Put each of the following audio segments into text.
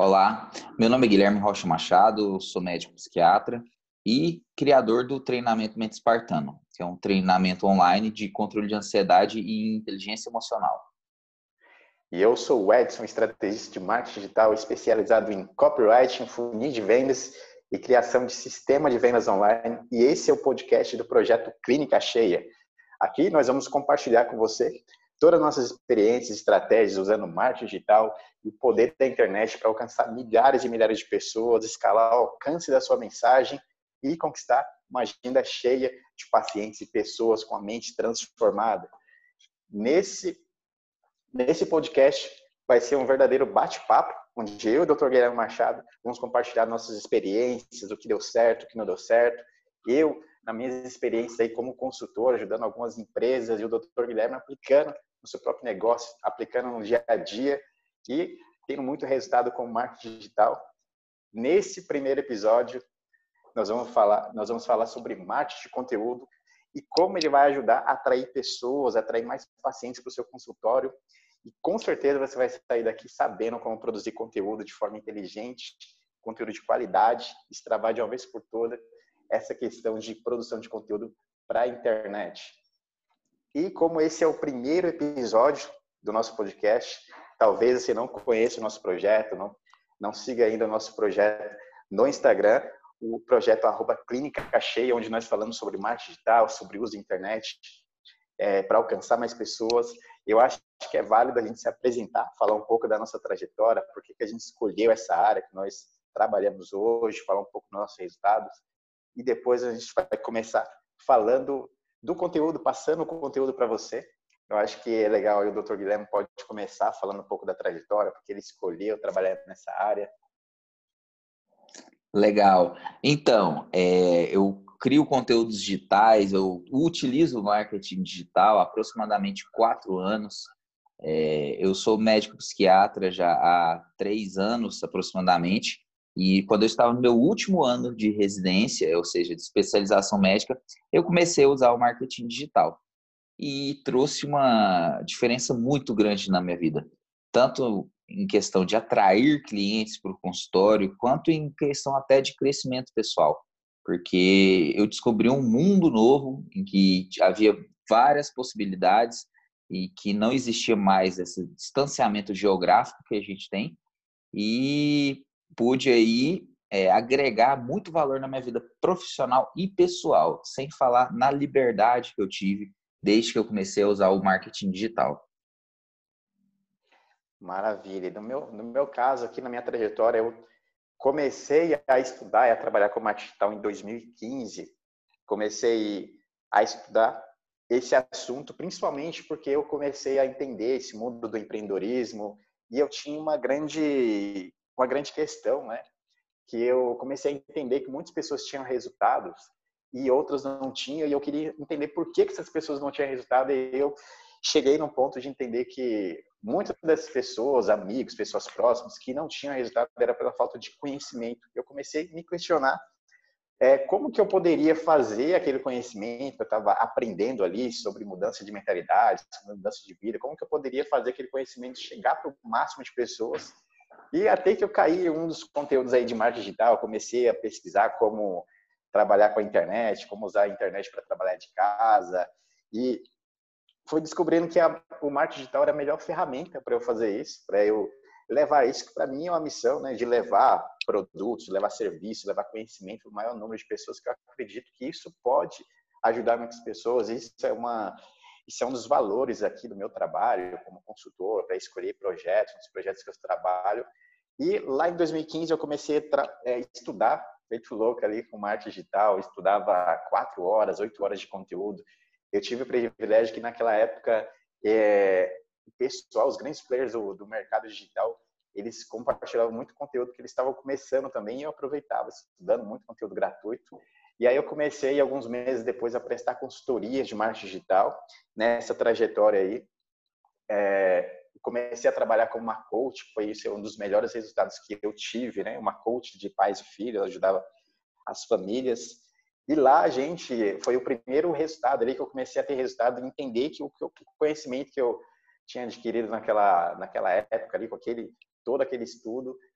Olá, meu nome é Guilherme Rocha Machado, sou médico psiquiatra e criador do treinamento Mente Espartano, que é um treinamento online de controle de ansiedade e inteligência emocional. E eu sou o Edson, estrategista de marketing digital especializado em copywriting, funil de vendas e criação de sistema de vendas online. E esse é o podcast do projeto Clínica Cheia. Aqui nós vamos compartilhar com você todas as nossas experiências, estratégias usando marketing digital e o poder da internet para alcançar milhares e milhares de pessoas, escalar o alcance da sua mensagem e conquistar uma agenda cheia de pacientes e pessoas com a mente transformada. Nesse podcast vai ser um verdadeiro bate-papo, onde eu e o Dr. Guilherme Machado vamos compartilhar nossas experiências, o que deu certo, o que não deu certo. Eu, nas minhas experiências aí como consultor, ajudando algumas empresas, e o Dr. Guilherme aplicando no seu próprio negócio, aplicando no dia a dia e tendo muito resultado com marketing digital. Nesse primeiro episódio, nós vamos falar sobre marketing de conteúdo e como ele vai ajudar a atrair pessoas, atrair mais pacientes para o seu consultório. E com certeza você vai sair daqui sabendo como produzir conteúdo de forma inteligente, conteúdo de qualidade, destravar de uma vez por todas essa questão de produção de conteúdo para a internet. E como esse é o primeiro episódio do nosso podcast, talvez você não conheça o nosso projeto, não siga ainda o nosso projeto no Instagram, o projeto @Clínica Cheia, onde nós falamos sobre marketing digital, sobre uso da internet, para alcançar mais pessoas. Eu acho que é válido a gente se apresentar, falar um pouco da nossa trajetória, por que a gente escolheu essa área que nós trabalhamos hoje, falar um pouco dos nossos resultados. E depois a gente vai começar falando do conteúdo, passando o conteúdo para você. Eu acho que é legal aí o Dr. Guilherme pode começar falando um pouco da trajetória, porque ele escolheu trabalhar nessa área. Legal. Então, eu crio conteúdos digitais, eu utilizo o marketing digital há aproximadamente 4 anos. Eu sou médico psiquiatra já há 3 anos aproximadamente. E quando eu estava no meu último ano de residência, ou seja, de especialização médica, eu comecei a usar o marketing digital. E trouxe uma diferença muito grande na minha vida. Tanto em questão de atrair clientes para o consultório, quanto em questão até de crescimento pessoal. Porque eu descobri um mundo novo em que havia várias possibilidades e que não existia mais esse distanciamento geográfico que a gente tem. E pude aí agregar muito valor na minha vida profissional e pessoal, sem falar na liberdade que eu tive desde que eu comecei a usar o marketing digital. Maravilha. No meu caso, aqui na minha trajetória, eu comecei a estudar e a trabalhar com marketing digital em 2015. Comecei a estudar esse assunto, principalmente porque eu comecei a entender esse mundo do empreendedorismo e eu tinha uma grande questão, né? Que eu comecei a entender que muitas pessoas tinham resultados e outras não tinham, e eu queria entender por que essas pessoas não tinham resultado, e eu cheguei num ponto de entender que muitas dessas pessoas, amigos, pessoas próximas, que não tinham resultado era pela falta de conhecimento. Eu comecei a me questionar como que eu poderia fazer aquele conhecimento que eu estava aprendendo ali sobre mudança de mentalidade, sobre mudança de vida, como que eu poderia fazer aquele conhecimento chegar para o máximo de pessoas. E até que eu caí em um dos conteúdos aí de marketing digital, comecei a pesquisar como trabalhar com a internet, como usar a internet para trabalhar de casa, e fui descobrindo que o marketing digital era a melhor ferramenta para eu fazer isso, para eu levar isso, que para mim é uma missão, né, de levar produtos, levar serviços, levar conhecimento para o maior número de pessoas, que eu acredito que isso pode ajudar muitas pessoas. Isso é um dos valores aqui do meu trabalho como consultor, para escolher projetos, os projetos que eu trabalho. E lá em 2015 eu comecei a estudar, feito louco ali com marketing digital, estudava 4 horas, 8 horas de conteúdo. Eu tive o privilégio que naquela época o pessoal, os grandes players do mercado digital, eles compartilhavam muito conteúdo que eles estavam começando também, e eu aproveitava, estudando muito conteúdo gratuito. E aí eu comecei, alguns meses depois, a prestar consultorias de marketing digital. Nessa trajetória aí, comecei a trabalhar como uma coach, foi isso um dos melhores resultados que eu tive, né? Uma coach de pais e filhos, ajudava as famílias. E lá, foi o primeiro resultado ali que eu comecei a ter resultado, e entender que o conhecimento que eu tinha adquirido naquela época ali, com todo aquele estudo,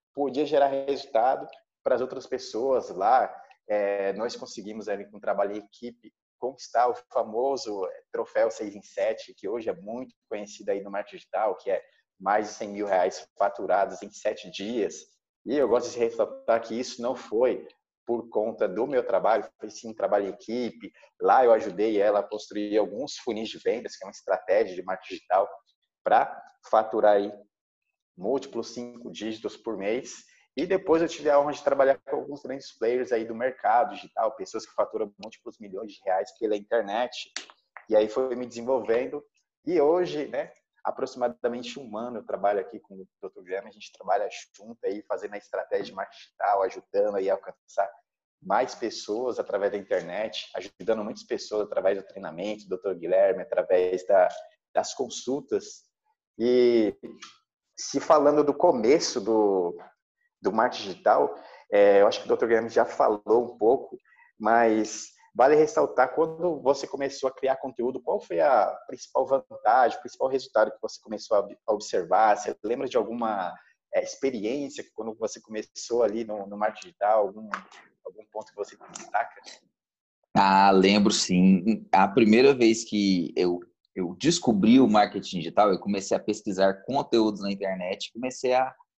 podia gerar resultado para as outras pessoas lá. Nós conseguimos, com um trabalho em equipe, conquistar o famoso troféu 6 em 7, que hoje é muito conhecido aí no marketing digital, que é mais de 100 mil reais faturados em 7 dias. E eu gosto de ressaltar que isso não foi por conta do meu trabalho, foi sim um trabalho em equipe. Lá eu ajudei ela a construir alguns funis de vendas, que é uma estratégia de marketing digital, para faturar aí múltiplos 5 dígitos por mês. E depois eu tive a honra de trabalhar com alguns grandes players aí do mercado digital, pessoas que faturam múltiplos milhões de reais pela internet. E aí foi me desenvolvendo. E hoje, né, aproximadamente um ano eu trabalho aqui com o Dr. Guilherme, a gente trabalha junto aí, fazendo a estratégia de marketing digital, ajudando aí a alcançar mais pessoas através da internet, ajudando muitas pessoas através do treinamento do Dr. Guilherme, através das consultas. E se falando do começo do marketing digital, eu acho que o Dr. Guilherme já falou um pouco, mas vale ressaltar, quando você começou a criar conteúdo, qual foi a principal vantagem, o principal resultado que você começou a observar? Você lembra de alguma experiência que quando você começou ali no marketing digital, algum ponto que você destaca? Ah, lembro sim. A primeira vez que eu descobri o marketing digital, eu comecei a pesquisar conteúdos na internet, comecei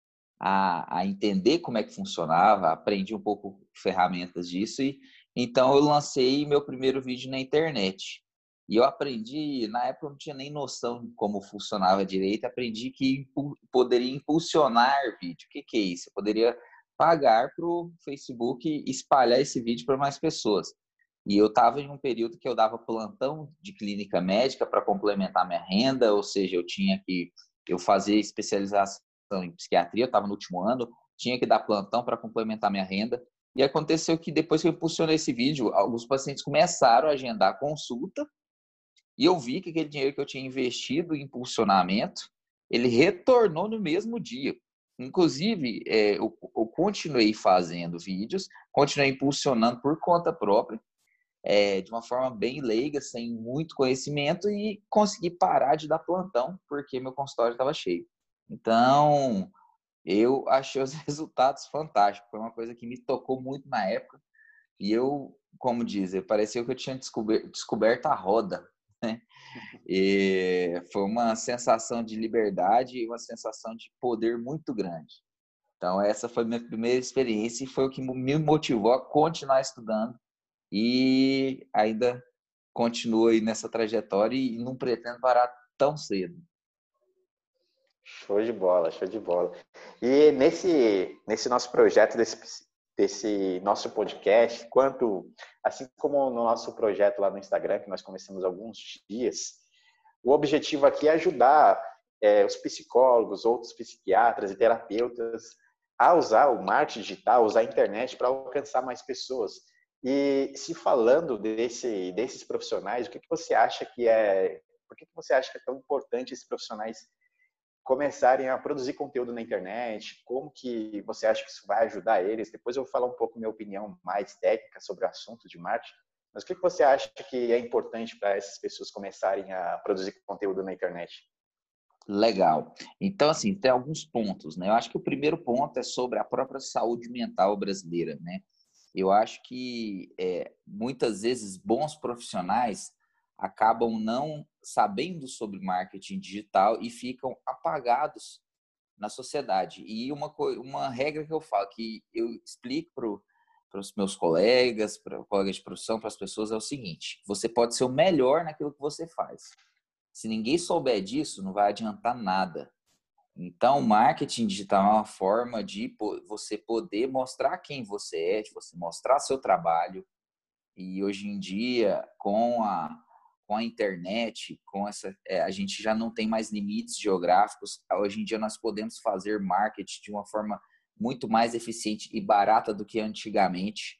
a entender como é que funcionava, aprendi um pouco ferramentas disso e então eu lancei meu primeiro vídeo na internet. E eu aprendi, na época eu não tinha nem noção de como funcionava direito, aprendi que poderia impulsionar vídeo. O que é isso? Eu poderia pagar para o Facebook espalhar esse vídeo para mais pessoas. E eu estava em um período que eu dava plantão de clínica médica para complementar minha renda, ou seja, eu fazia especialização em psiquiatria, eu estava no último ano, tinha que dar plantão para complementar minha renda. E aconteceu que depois que eu impulsionei esse vídeo, alguns pacientes começaram a agendar consulta e eu vi que aquele dinheiro que eu tinha investido em impulsionamento, ele retornou no mesmo dia. Inclusive, eu continuei fazendo vídeos, continuei impulsionando por conta própria, de uma forma bem leiga, sem muito conhecimento, e consegui parar de dar plantão, porque meu consultório estava cheio. Então, eu achei os resultados fantásticos. Foi uma coisa que me tocou muito na época. E eu, como dizer, pareceu que eu tinha descoberto a roda, né? E foi uma sensação de liberdade e uma sensação de poder muito grande. Então, essa foi a minha primeira experiência e foi o que me motivou a continuar estudando e ainda continuo aí nessa trajetória e não pretendo parar tão cedo. Show de bola, show de bola. E nesse nosso projeto, desse nosso podcast, assim como no nosso projeto lá no Instagram, que nós começamos há alguns dias, o objetivo aqui é ajudar os psicólogos, outros psiquiatras e terapeutas a usar o marketing digital, usar a internet para alcançar mais pessoas. E se falando desses profissionais, o que você acha por que você acha que é tão importante esses profissionais começarem a produzir conteúdo na internet? Como que você acha que isso vai ajudar eles? Depois eu vou falar um pouco minha opinião mais técnica sobre o assunto de marketing. Mas o que você acha que é importante para essas pessoas começarem a produzir conteúdo na internet? Legal. Então, assim, tem alguns pontos, né? Eu acho que o primeiro ponto é sobre a própria saúde mental brasileira, né? Eu acho que muitas vezes bons profissionais acabam não sabendo sobre marketing digital e ficam apagados na sociedade. E uma regra que eu falo, que eu explico para os meus colegas, para colegas de profissão, para as pessoas, é o seguinte: você pode ser o melhor naquilo que você faz. Se ninguém souber disso, não vai adiantar nada. Então, marketing digital é uma forma de você poder mostrar quem você é, de você mostrar seu trabalho. E hoje em dia, com a internet, a gente já não tem mais limites geográficos. Hoje em dia, nós podemos fazer marketing de uma forma muito mais eficiente e barata do que antigamente.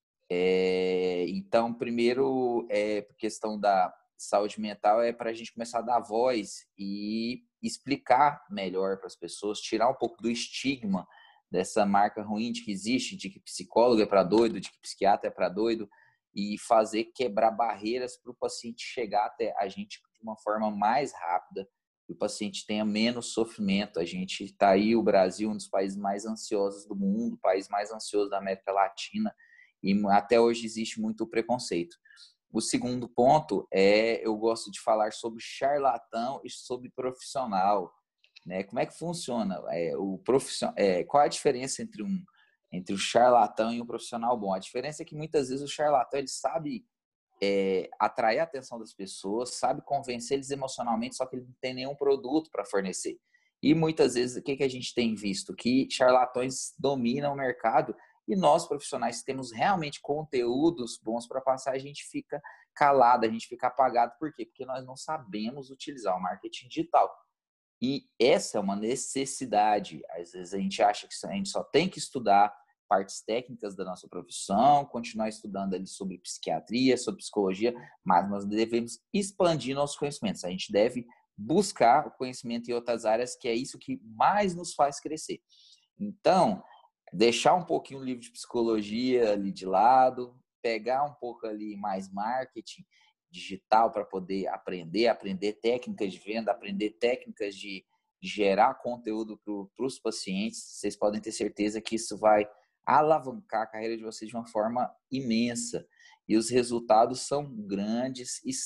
Então, primeiro, por questão da saúde mental, é para a gente começar a dar voz e explicar melhor para as pessoas, tirar um pouco do estigma dessa marca ruim de que existe, de que psicólogo é para doido, de que psiquiatra é para doido, e fazer quebrar barreiras para o paciente chegar até a gente de uma forma mais rápida, e o paciente tenha menos sofrimento. A gente está aí, o Brasil, um dos países mais ansiosos do mundo, o país mais ansioso da América Latina, e até hoje existe muito preconceito. O segundo ponto eu gosto de falar sobre charlatão e sobre profissional, né? Como é que funciona? Qual a diferença entre o charlatão e um profissional bom? A diferença é que muitas vezes o charlatão ele sabe atrair a atenção das pessoas, sabe convencer eles emocionalmente, só que ele não tem nenhum produto para fornecer. E muitas vezes, o que a gente tem visto? Que charlatões dominam o mercado e nós, profissionais, temos realmente conteúdos bons para passar, a gente fica calado, a gente fica apagado. Por quê? Porque nós não sabemos utilizar o marketing digital. E essa é uma necessidade. Às vezes a gente acha que a gente só tem que estudar partes técnicas da nossa profissão, continuar estudando ali sobre psiquiatria, sobre psicologia, mas nós devemos expandir nossos conhecimentos. A gente deve buscar o conhecimento em outras áreas, que é isso que mais nos faz crescer. Então, deixar um pouquinho o livro de psicologia ali de lado, pegar um pouco ali mais marketing digital para poder aprender técnicas de venda, aprender técnicas de gerar conteúdo para os pacientes. Vocês podem ter certeza que isso vai alavancar a carreira de vocês de uma forma imensa. E os resultados são grandes e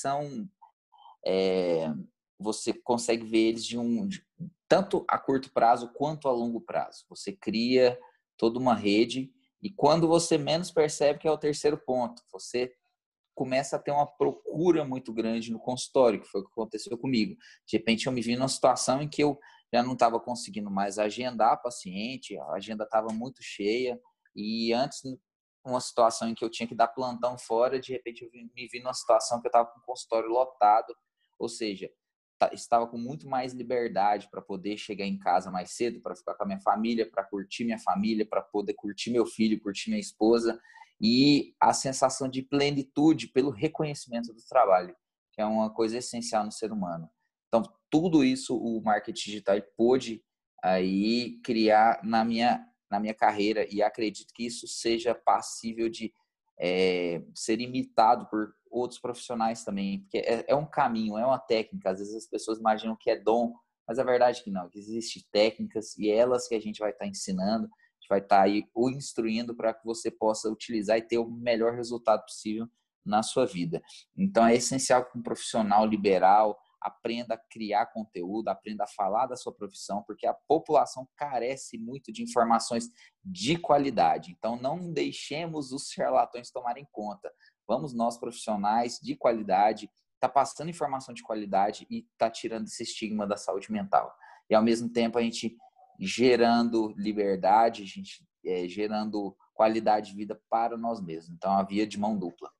você consegue ver eles tanto a curto prazo quanto a longo prazo. Você cria toda uma rede e quando você menos percebe, que é o terceiro ponto, você começa a ter uma procura muito grande no consultório, que foi o que aconteceu comigo. De repente eu me vi numa situação em que eu já não estava conseguindo mais agendar paciente, a agenda estava muito cheia, e antes, uma situação em que eu tinha que dar plantão fora, de repente eu me vi numa situação que eu estava com o consultório lotado, ou seja, estava com muito mais liberdade para poder chegar em casa mais cedo, para ficar com a minha família, para curtir minha família, para poder curtir meu filho, curtir minha esposa, e a sensação de plenitude pelo reconhecimento do trabalho, que é uma coisa essencial no ser humano. Então, tudo isso o marketing digital pôde aí criar na minha carreira, e acredito que isso seja passível de ser imitado por outros profissionais também, porque é um caminho, é uma técnica. Às vezes as pessoas imaginam que é dom, mas a verdade é que não, que existem técnicas e elas que a gente vai estar ensinando, a gente vai estar aí o instruindo para que você possa utilizar e ter o melhor resultado possível na sua vida. Então é essencial que um profissional liberal aprenda a criar conteúdo, aprenda a falar da sua profissão, porque a população carece muito de informações de qualidade. Então, não deixemos os charlatões tomarem conta. Vamos nós, profissionais de qualidade, tá passando informação de qualidade e tá tirando esse estigma da saúde mental. E, ao mesmo tempo, a gente gerando liberdade, a gente gerando qualidade de vida para nós mesmos. Então, a via de mão dupla.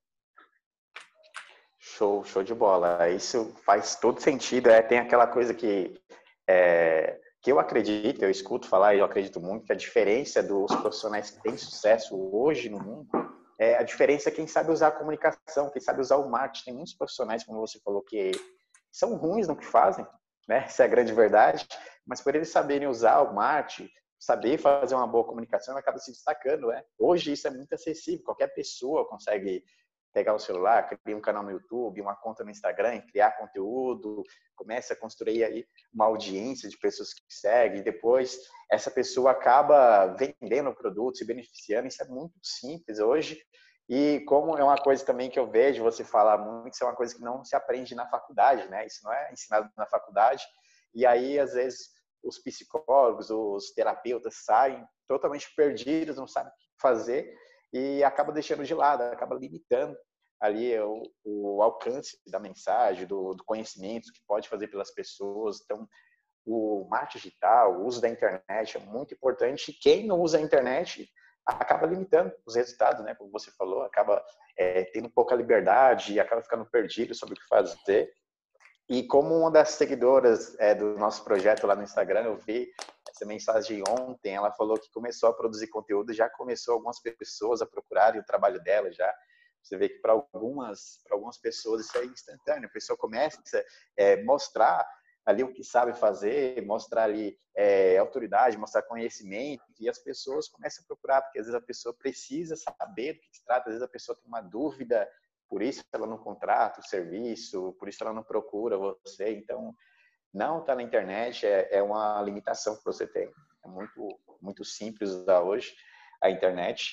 Show, show de bola. Isso faz todo sentido. Tem aquela coisa que eu acredito, eu escuto falar e eu acredito muito que a diferença dos profissionais que têm sucesso hoje no mundo é a diferença quem sabe usar a comunicação, quem sabe usar o marketing. Tem muitos profissionais, como você falou, que são ruins no que fazem, né? Essa é a grande verdade. Mas por eles saberem usar o marketing, saber fazer uma boa comunicação, acaba se destacando, né? Hoje isso é muito acessível, qualquer pessoa consegue pegar o celular, criar um canal no YouTube, uma conta no Instagram, criar conteúdo, começa a construir aí uma audiência de pessoas que seguem, e depois essa pessoa acaba vendendo o produto, se beneficiando. Isso é muito simples hoje. E como é uma coisa também que eu vejo você falar muito, isso é uma coisa que não se aprende na faculdade, né? Isso não é ensinado na faculdade. E aí, às vezes, os psicólogos, os terapeutas saem totalmente perdidos, não sabem o que fazer, e acaba deixando de lado, acaba limitando ali o alcance da mensagem, do conhecimento que pode fazer pelas pessoas. Então, o marketing digital, o uso da internet é muito importante. Quem não usa a internet acaba limitando os resultados, né? Como você falou, acaba tendo pouca liberdade e acaba ficando perdido sobre o que fazer. E como uma das seguidoras do nosso projeto lá no Instagram, eu vi essa mensagem ontem, ela falou que começou a produzir conteúdo, já começou algumas pessoas a procurarem o trabalho dela já. Você vê que para algumas pessoas isso é instantâneo. A pessoa começa a mostrar ali o que sabe fazer, mostrar ali autoridade, mostrar conhecimento, e as pessoas começam a procurar, porque às vezes a pessoa precisa saber do que se trata, às vezes a pessoa tem uma dúvida, por isso ela não contrata o serviço, por isso ela não procura você. Então, não está na internet é uma limitação que você tem. É muito simples usar hoje a internet.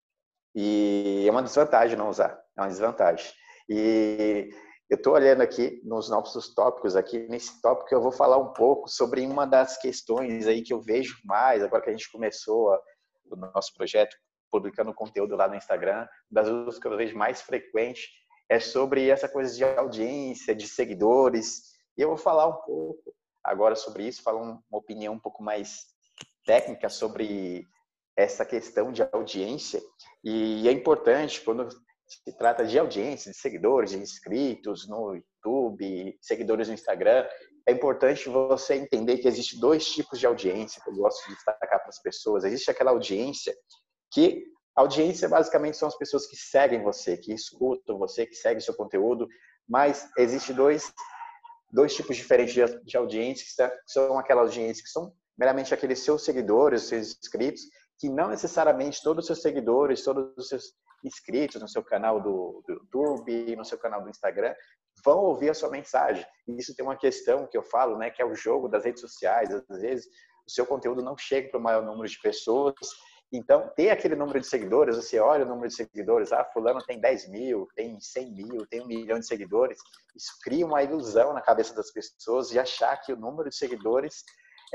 E é uma desvantagem não usar. É uma desvantagem. E eu estou olhando aqui nos nossos tópicos aqui. Nesse tópico eu vou falar um pouco sobre uma das questões aí que eu vejo mais, agora que a gente começou o nosso projeto, publicando conteúdo lá no Instagram, das dúvidas que eu vejo mais frequente é sobre essa coisa de audiência, de seguidores. E eu vou falar um pouco agora sobre isso, falar uma opinião um pouco mais técnica sobre essa questão de audiência. E é importante, quando se trata de audiência, de seguidores, de inscritos no YouTube, seguidores no Instagram, é importante você entender que existe dois tipos de audiência que eu gosto de destacar para as pessoas. Existe aquela audiência que audiência basicamente são as pessoas que seguem você, que escutam você, que seguem seu conteúdo, mas existe dois tipos diferentes de audiência, que são aquelas audiências que são meramente aqueles seus seguidores, seus inscritos, que não necessariamente todos os seus seguidores, todos os seus inscritos no seu canal do YouTube, no seu canal do Instagram, vão ouvir a sua mensagem. E isso tem uma questão que eu falo, né, que é o jogo das redes sociais. Às vezes, o seu conteúdo não chega para o maior número de pessoas. Então, ter aquele número de seguidores, você olha o número de seguidores, fulano tem 10 mil, tem 100 mil, tem 1 milhão de seguidores. Isso cria uma ilusão na cabeça das pessoas de achar que o número de seguidores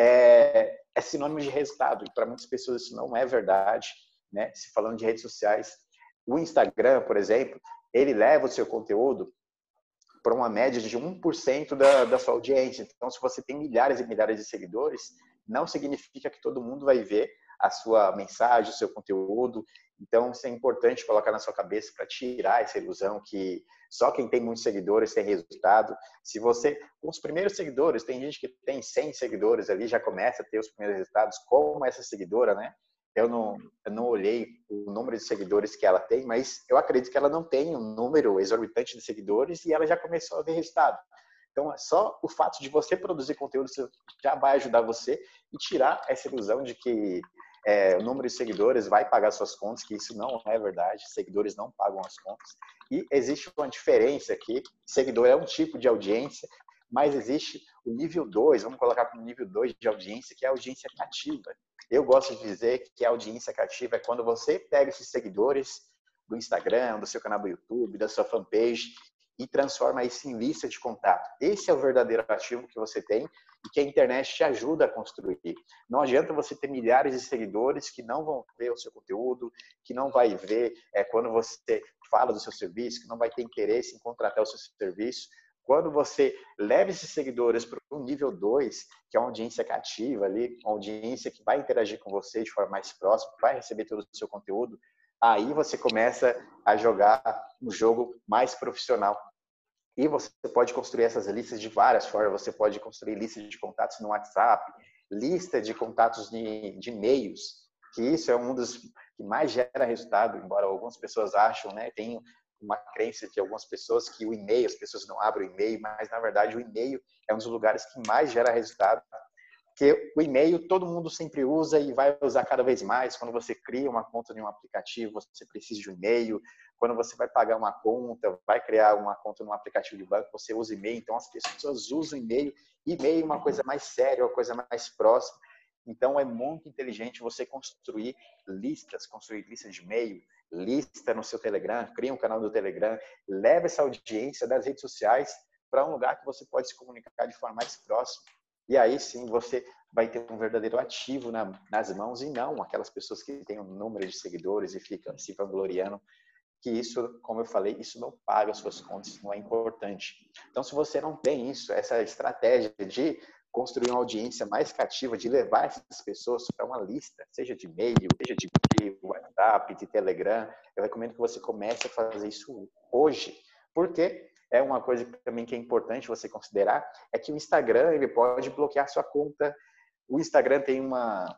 é sinônimo de resultado. E para muitas pessoas isso não é verdade, né? Se falando de redes sociais, o Instagram, por exemplo, ele leva o seu conteúdo para uma média de 1% da sua audiência. Então, se você tem milhares e milhares de seguidores, não significa que todo mundo vai ver a sua mensagem, o seu conteúdo. Então, isso é importante colocar na sua cabeça para tirar essa ilusão que só quem tem muitos seguidores tem resultado. Se você, com os primeiros seguidores, tem gente que tem 100 seguidores ali, já começa a ter os primeiros resultados, como essa seguidora, né? Eu não olhei o número de seguidores que ela tem, mas eu acredito que ela não tem um número exorbitante de seguidores e ela já começou a ver resultado. Então, só o fato de você produzir conteúdo já vai ajudar você e tirar essa ilusão de que o número de seguidores vai pagar suas contas, que isso não é verdade. Seguidores não pagam as contas. E existe uma diferença aqui. Seguidor é um tipo de audiência, mas existe o nível 2, vamos colocar como nível 2 de audiência, que é a audiência cativa. Eu gosto de dizer que a audiência cativa é quando você pega esses seguidores do Instagram, do seu canal do YouTube, da sua fanpage e transforma isso em lista de contato. Esse é o verdadeiro ativo que você tem e que a internet te ajuda a construir. Não adianta você ter milhares de seguidores que não vão ver o seu conteúdo, que não vai ver quando você fala do seu serviço, que não vai ter interesse em contratar o seu serviço. Quando você leva esses seguidores para o nível 2, que é uma audiência cativa ali, uma audiência que vai interagir com você de forma mais próxima, vai receber todo o seu conteúdo, aí você começa a jogar um jogo mais profissional. E você pode construir essas listas de várias formas. Você pode construir lista de contatos no WhatsApp, lista de contatos de e-mails, que isso é um dos que mais gera resultado, embora algumas pessoas acham, né? Tem uma crença de algumas pessoas que o e-mail, as pessoas não abrem o e-mail, mas na verdade o e-mail é um dos lugares que mais gera resultado. Porque o e-mail todo mundo sempre usa e vai usar cada vez mais. Quando você cria uma conta em um aplicativo, você precisa de um e-mail. Quando você vai pagar uma conta, vai criar uma conta num aplicativo de banco, você usa e-mail. Então, as pessoas usam e-mail. E-mail é uma coisa mais séria, uma coisa mais próxima. Então, é muito inteligente você construir listas de e-mail, lista no seu Telegram, cria um canal do Telegram, leva essa audiência das redes sociais para um lugar que você pode se comunicar de forma mais próxima. E aí sim você vai ter um verdadeiro ativo nas mãos e não aquelas pessoas que têm um número de seguidores e ficam se vangloriando, que isso, como eu falei, isso não paga as suas contas, isso não é importante. Então, se você não tem isso, essa estratégia de construir uma audiência mais cativa, de levar essas pessoas para uma lista, seja de e-mail, seja de WhatsApp, de Telegram, eu recomendo que você comece a fazer isso hoje, porque é uma coisa também que é importante você considerar, é que o Instagram ele pode bloquear sua conta. O Instagram tem uma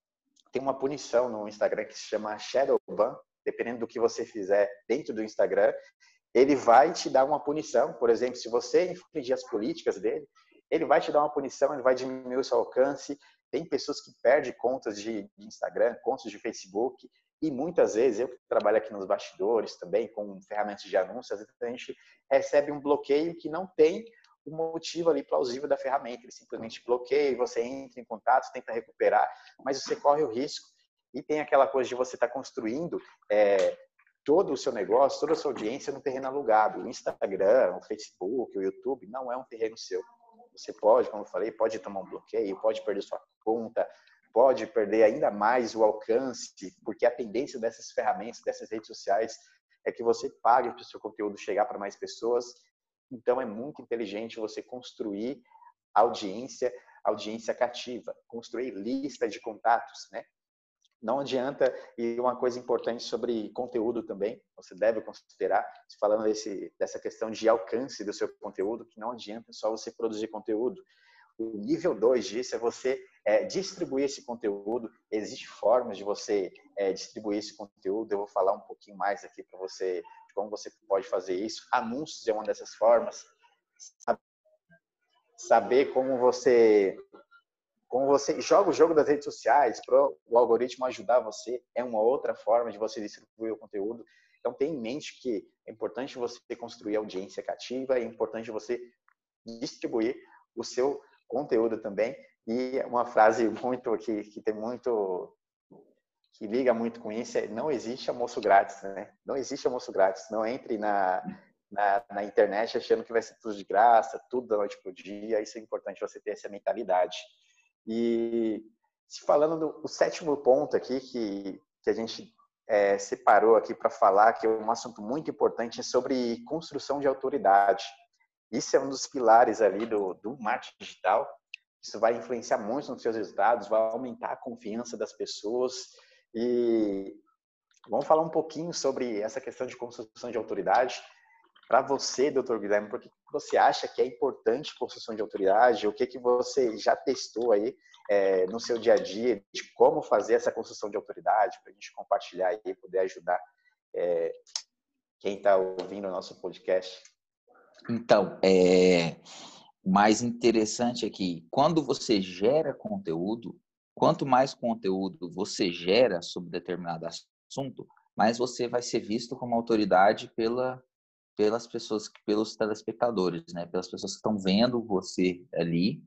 punição no Instagram que se chama Shadow Ban, dependendo do que você fizer dentro do Instagram, ele vai te dar uma punição. Por exemplo, se você infringir as políticas dele, ele vai te dar uma punição, ele vai diminuir o seu alcance. Tem pessoas que perdem contas de Instagram, contas de Facebook, e muitas vezes, eu que trabalho aqui nos bastidores também, com ferramentas de anúncios, a gente recebe um bloqueio que não tem o motivo ali plausível da ferramenta. Ele simplesmente bloqueia, você entra em contato, tenta recuperar, mas você corre o risco. E tem aquela coisa de você estar construindo todo o seu negócio, toda a sua audiência no terreno alugado. O Instagram, o Facebook, o YouTube não é um terreno seu. Você pode, como eu falei, pode tomar um bloqueio, pode perder sua conta, pode perder ainda mais o alcance, porque a tendência dessas ferramentas, dessas redes sociais, é que você pague para o seu conteúdo chegar para mais pessoas. Então, é muito inteligente você construir audiência cativa, construir lista de contatos, né? Não adianta, e uma coisa importante sobre conteúdo também, você deve considerar, falando dessa questão de alcance do seu conteúdo, que não adianta só você produzir conteúdo. O nível 2 disso é você distribuir esse conteúdo. Existem formas de você distribuir esse conteúdo. Eu vou falar um pouquinho mais aqui para você, de como você pode fazer isso. Anúncios é uma dessas formas. Saber como você joga o jogo das redes sociais para o algoritmo ajudar você é uma outra forma de você distribuir o conteúdo. Então, tenha em mente que é importante você construir audiência cativa, é importante você distribuir o seu conteúdo também. E uma frase muito que tem muito, que liga muito com isso é: não existe almoço grátis, né? Não existe almoço grátis. Não entre na internet achando que vai ser tudo de graça, tudo da noite para o dia. Isso é importante você ter essa mentalidade. E se falando do sétimo ponto aqui que a gente separou aqui para falar, que é um assunto muito importante, é sobre construção de autoridade. Isso é um dos pilares ali do marketing digital. Isso vai influenciar muito nos seus resultados, vai aumentar a confiança das pessoas. E vamos falar um pouquinho sobre essa questão de construção de autoridade. Para você, Dr. Guilherme, por que você acha que é importante construção de autoridade? O que você já testou aí no seu dia a dia de como fazer essa construção de autoridade, para a gente compartilhar e poder ajudar quem está ouvindo o nosso podcast? Então, o mais interessante é que quando você gera conteúdo, quanto mais conteúdo você gera sobre determinado assunto, mais você vai ser visto como autoridade pelas pessoas, pelos telespectadores, né? Pelas pessoas que estão vendo você ali.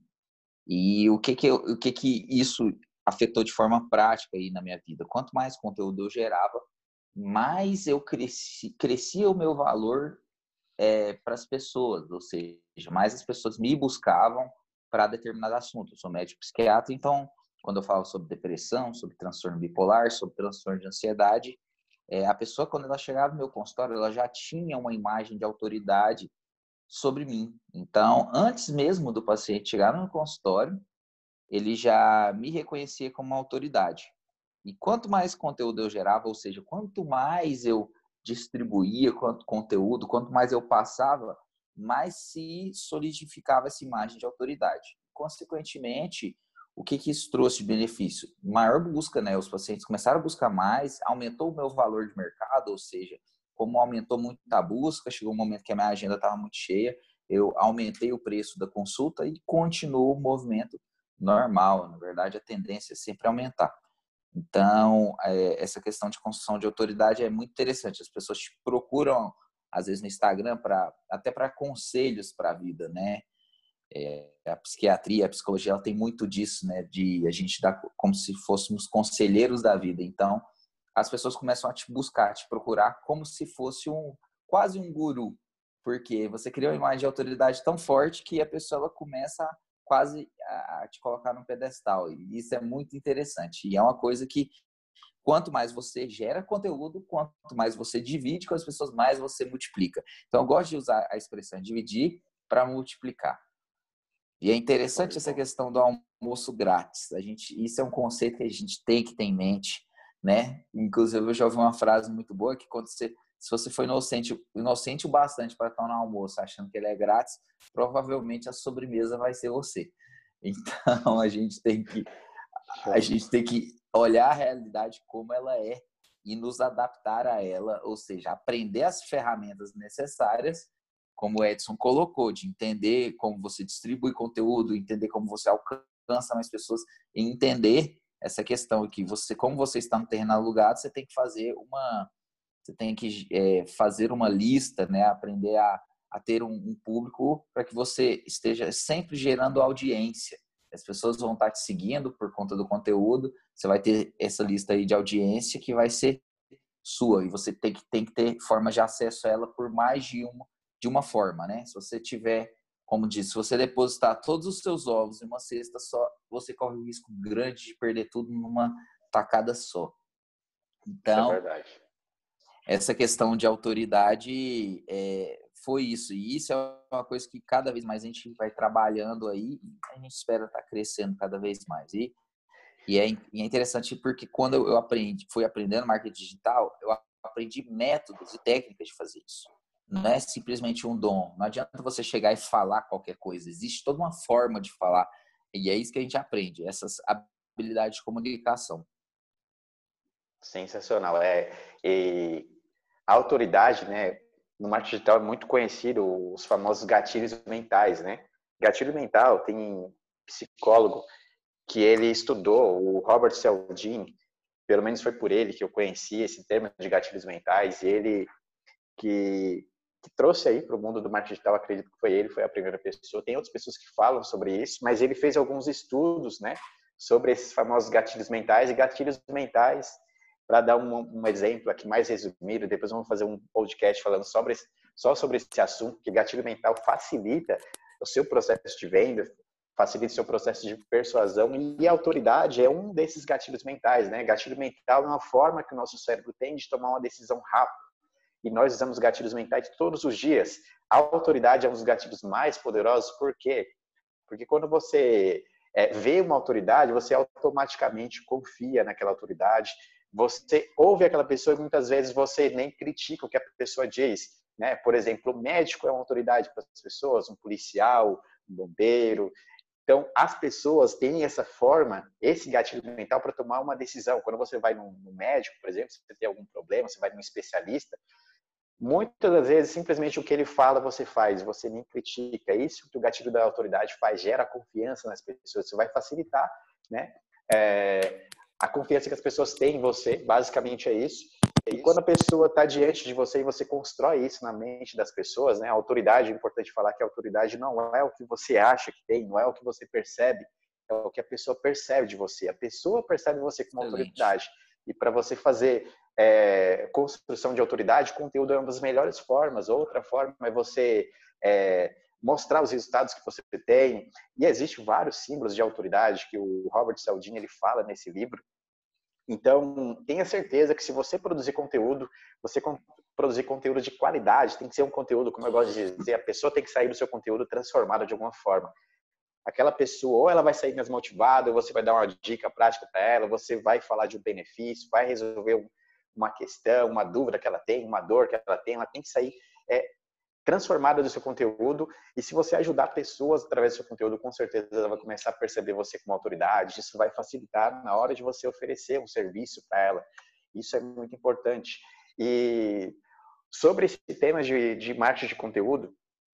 E o que isso afetou de forma prática aí na minha vida? Quanto mais conteúdo eu gerava, mais eu crescia o meu valor para as pessoas, ou seja, mais as pessoas me buscavam para determinado assunto. Eu sou médico psiquiatra, então, quando eu falo sobre depressão, sobre transtorno bipolar, sobre transtorno de ansiedade, a pessoa, quando ela chegava no meu consultório, ela já tinha uma imagem de autoridade sobre mim. Então, antes mesmo do paciente chegar no consultório, ele já me reconhecia como uma autoridade. E quanto mais conteúdo eu gerava, ou seja, quanto mais eu distribuía conteúdo, quanto mais eu passava, mais se solidificava essa imagem de autoridade. Consequentemente, o que isso trouxe de benefício? Maior busca, né? Os pacientes começaram a buscar mais, aumentou o meu valor de mercado, ou seja, como aumentou muito a busca, chegou um momento que a minha agenda estava muito cheia, eu aumentei o preço da consulta e continuou o movimento normal. Na verdade, a tendência é sempre aumentar. Então, essa questão de construção de autoridade é muito interessante. As pessoas te procuram, às vezes, no Instagram, até para conselhos para a vida, né? A psiquiatria, a psicologia, ela tem muito disso, né? De a gente dar como se fôssemos conselheiros da vida. Então, as pessoas começam a te buscar, a te procurar como se fosse quase um guru, porque você cria uma imagem de autoridade tão forte que a pessoa ela começa quase a te colocar num pedestal. E isso é muito interessante. E é uma coisa que, quanto mais você gera conteúdo, quanto mais você divide com as pessoas, mais você multiplica. Então, eu gosto de usar a expressão dividir para multiplicar. E é interessante essa questão do almoço grátis. Isso é um conceito que a gente tem que ter em mente, né? Inclusive, eu já ouvi uma frase muito boa que se você for inocente o bastante para estar no almoço achando que ele é grátis, provavelmente a sobremesa vai ser você. Então, a gente tem que olhar a realidade como ela é e nos adaptar a ela, ou seja, aprender as ferramentas necessárias, como o Edson colocou, de entender como você distribui conteúdo, entender como você alcança mais pessoas e entender essa questão que como você está no terreno alugado, você tem que fazer uma lista, né? Aprender a ter um público para que você esteja sempre gerando audiência. As pessoas vão estar te seguindo por conta do conteúdo, você vai ter essa lista aí de audiência que vai ser sua, e você tem que ter forma de acesso a ela por mais de uma forma, né? Se você tiver, como disse, se você depositar todos os seus ovos em uma cesta só, você corre o risco grande de perder tudo numa tacada só. Isso é Então, verdade. essa questão de autoridade foi isso. E isso é uma coisa que cada vez mais a gente vai trabalhando aí e a gente espera estar crescendo cada vez mais. E é interessante porque quando eu fui aprendendo marketing digital, eu aprendi métodos e técnicas de fazer isso. Não é simplesmente um dom. Não adianta você chegar e falar qualquer coisa. Existe toda uma forma de falar. E é isso que a gente aprende, essas habilidades de comunicação. Sensacional. E a autoridade, né, no marketing digital é muito conhecido os famosos gatilhos mentais, né? Gatilho mental tem um psicólogo que ele estudou, o Robert Cialdini, pelo menos foi por ele que eu conheci esse termo de gatilhos mentais, e ele que trouxe aí para o mundo do marketing digital, acredito que foi a primeira pessoa. Tem outras pessoas que falam sobre isso, mas ele fez alguns estudos, né, sobre esses famosos gatilhos mentais. E gatilhos mentais, para dar um exemplo aqui mais resumido, depois vamos fazer um podcast falando só sobre esse assunto, que gatilho mental facilita o seu processo de venda, facilita o seu processo de persuasão, e a autoridade é um desses gatilhos mentais, né? Gatilho mental é uma forma que o nosso cérebro tem de tomar uma decisão rápida. E nós usamos gatilhos mentais todos os dias. A autoridade é um dos gatilhos mais poderosos. Por quê? Porque quando você vê uma autoridade, você automaticamente confia naquela autoridade. Você ouve aquela pessoa e muitas vezes você nem critica o que a pessoa diz, né? Por exemplo, o médico é uma autoridade para as pessoas, um policial, um bombeiro. Então, as pessoas têm essa forma, esse gatilho mental para tomar uma decisão. Quando você vai no médico, por exemplo, se você tem algum problema, você vai num especialista, muitas das vezes, simplesmente o que ele fala, você faz, você nem critica. Isso que o gatilho da autoridade faz, gera confiança nas pessoas. Isso vai facilitar, né? A confiança que as pessoas têm em você, basicamente é isso. E quando a pessoa está diante de você e você constrói isso na mente das pessoas, né? A autoridade, é importante falar que a autoridade não é o que você acha que tem, não é o que você percebe, é o que a pessoa percebe de você. A pessoa percebe você como Excelente. autoridade. E para você fazer construção de autoridade, conteúdo é uma das melhores formas. Outra forma é você mostrar os resultados que você tem. E existem vários símbolos de autoridade que o Robert Cialdini ele fala nesse livro. Então, tenha certeza que se você produzir conteúdo, você produzir conteúdo de qualidade, tem que ser um conteúdo, como eu gosto de dizer, a pessoa tem que sair do seu conteúdo transformada de alguma forma. Aquela pessoa, ou ela vai sair mais motivada, ou você vai dar uma dica prática para ela, você vai falar de um benefício, vai resolver uma questão, uma dúvida que ela tem, uma dor que ela tem que sair transformada do seu conteúdo. E se você ajudar pessoas através do seu conteúdo, com certeza ela vai começar a perceber você como autoridade. Isso vai facilitar na hora de você oferecer um serviço para ela. Isso é muito importante. E sobre esse tema de marketing de conteúdo,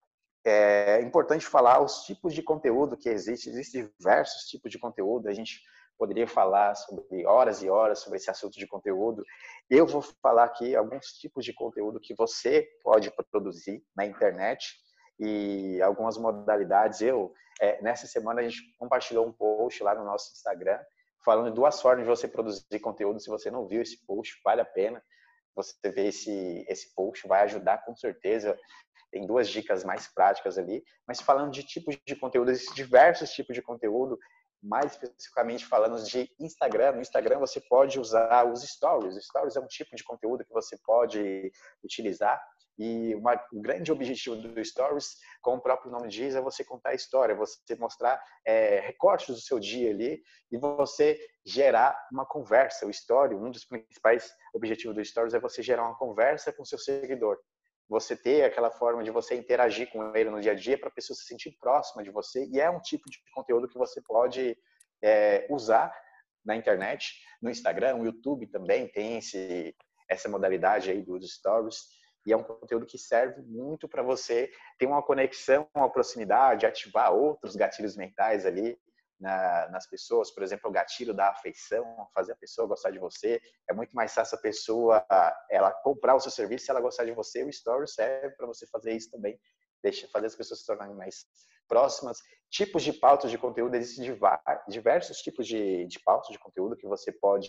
é importante falar os tipos de conteúdo que existem. Existem diversos tipos de conteúdo. A gente poderia falar sobre horas e horas sobre esse assunto de conteúdo. Eu vou falar aqui alguns tipos de conteúdo que você pode produzir na internet e algumas modalidades. Nessa semana, a gente compartilhou um post lá no nosso Instagram falando de 2 formas de você produzir conteúdo. Se você não viu esse post, vale a pena você ver esse post, vai ajudar com certeza. Tem 2 dicas mais práticas ali, mas falando de tipos de conteúdo, existem diversos tipos de conteúdo, mais especificamente falando de Instagram. No Instagram você pode usar os stories. Stories é um tipo de conteúdo que você pode utilizar e o grande objetivo do stories, como o próprio nome diz, é você contar a história, você mostrar recortes do seu dia ali e você gerar uma conversa. O story, um dos principais objetivos do stories é você gerar uma conversa com o seu seguidor. Você ter aquela forma de você interagir com ele no dia a dia para a pessoa se sentir próxima de você, e é um tipo de conteúdo que você pode usar na internet, no Instagram, no YouTube também tem essa modalidade aí dos stories, e é um conteúdo que serve muito para você ter uma conexão, uma proximidade, ativar outros gatilhos mentais ali nas pessoas. Por exemplo, o gatilho da afeição, fazer a pessoa gostar de você. É muito mais fácil a pessoa ela comprar o seu serviço se ela gostar de você. O Story serve para você fazer isso também. fazer as pessoas se tornarem mais próximas. Tipos de pautas de conteúdo, existem diversos tipos de pautas de conteúdo que você pode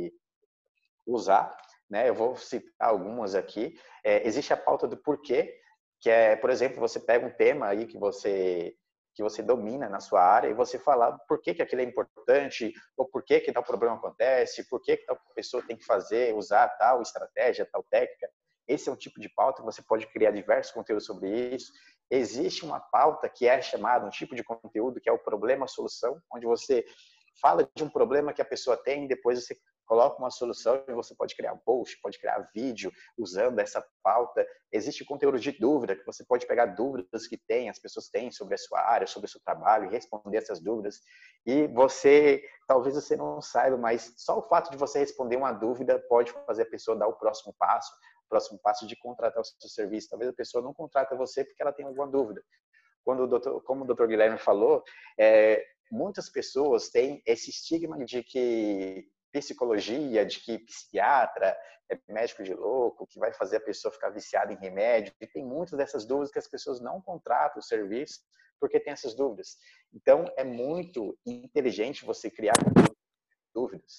usar, né? Eu vou citar algumas aqui. Existe a pauta do porquê, que é, por exemplo, você pega um tema aí que você domina na sua área e você falar por que aquilo é importante, ou por que tal problema acontece, por que tal pessoa tem que fazer, usar tal estratégia, tal técnica. Esse é um tipo de pauta que você pode criar diversos conteúdos sobre isso. Existe uma pauta que é chamada, um tipo de conteúdo que é o problema-solução, onde você fala de um problema que a pessoa tem e depois você coloca uma solução e você pode criar um post, pode criar vídeo usando essa pauta. Existe conteúdo de dúvida, que você pode pegar dúvidas que as pessoas têm sobre a sua área, sobre o seu trabalho e responder essas dúvidas. E talvez você não saiba, mas só o fato de você responder uma dúvida pode fazer a pessoa dar o próximo passo de contratar o seu serviço. Talvez a pessoa não contrata você porque ela tem alguma dúvida. Como o Dr. Guilherme falou, muitas pessoas têm esse estigma de que psicologia, de que psiquiatra é médico de louco, que vai fazer a pessoa ficar viciada em remédio. E tem muitas dessas dúvidas que as pessoas não contratam o serviço porque tem essas dúvidas. Então, é muito inteligente você criar dúvidas.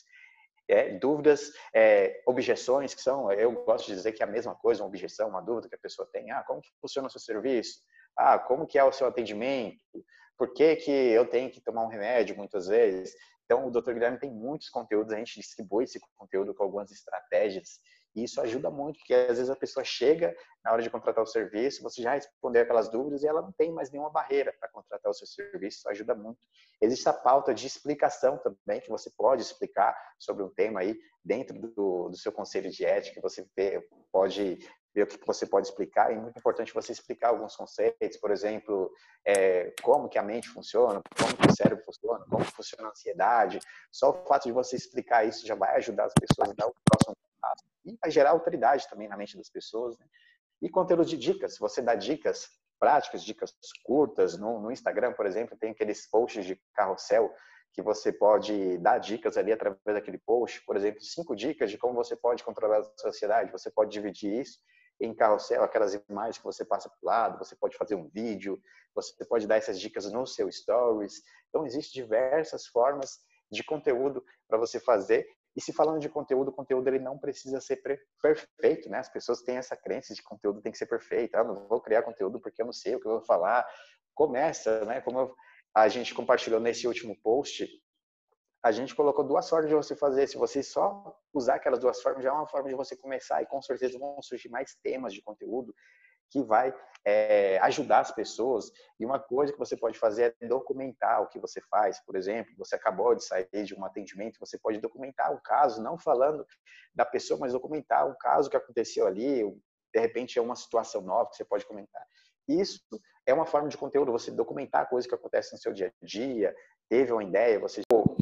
Objeções, que são, eu gosto de dizer que é a mesma coisa, uma objeção, uma dúvida que a pessoa tem. Como que funciona o seu serviço? Como que é o seu atendimento? Por que eu tenho que tomar um remédio muitas vezes? Então, o Dr. Guilherme tem muitos conteúdos, a gente distribui esse conteúdo com algumas estratégias, e isso ajuda muito, porque às vezes a pessoa chega na hora de contratar o serviço, você já respondeu aquelas dúvidas e ela não tem mais nenhuma barreira para contratar o seu serviço, isso ajuda muito. Existe a pauta de explicação também, que você pode explicar sobre um tema aí dentro do seu conselho de ética, você pode ver o que você pode explicar, e é muito importante você explicar alguns conceitos, por exemplo, como que a mente funciona, como que o cérebro funciona, como funciona a ansiedade. Só o fato de você explicar isso já vai ajudar as pessoas a dar o próximo passo e vai gerar autoridade também na mente das pessoas, né? E conteúdo de dicas, você dá dicas práticas, dicas curtas. No Instagram, por exemplo, tem aqueles posts de carrossel que você pode dar dicas ali através daquele post. Por exemplo, 5 dicas de como você pode controlar a sua ansiedade. Você pode dividir isso em carrossel, aquelas imagens que você passa para o lado, você pode fazer um vídeo, você pode dar essas dicas no seu stories. Então, existem diversas formas de conteúdo para você fazer. E se falando de conteúdo, o conteúdo ele não precisa ser perfeito, né? As pessoas têm essa crença de que conteúdo tem que ser perfeito. Não vou criar conteúdo porque eu não sei o que eu vou falar. Começa, né? A gente compartilhou nesse último post, a gente colocou 2 formas de você fazer. Se você só usar aquelas 2 formas, já é uma forma de você começar, e com certeza vão surgir mais temas de conteúdo que vai ajudar as pessoas. E uma coisa que você pode fazer é documentar o que você faz. Por exemplo, você acabou de sair de um atendimento, você pode documentar o caso, não falando da pessoa, mas documentar o caso que aconteceu ali. De repente é uma situação nova que você pode comentar. Isso é uma forma de conteúdo, você documentar a coisa que acontece no seu dia a dia, teve uma ideia, você...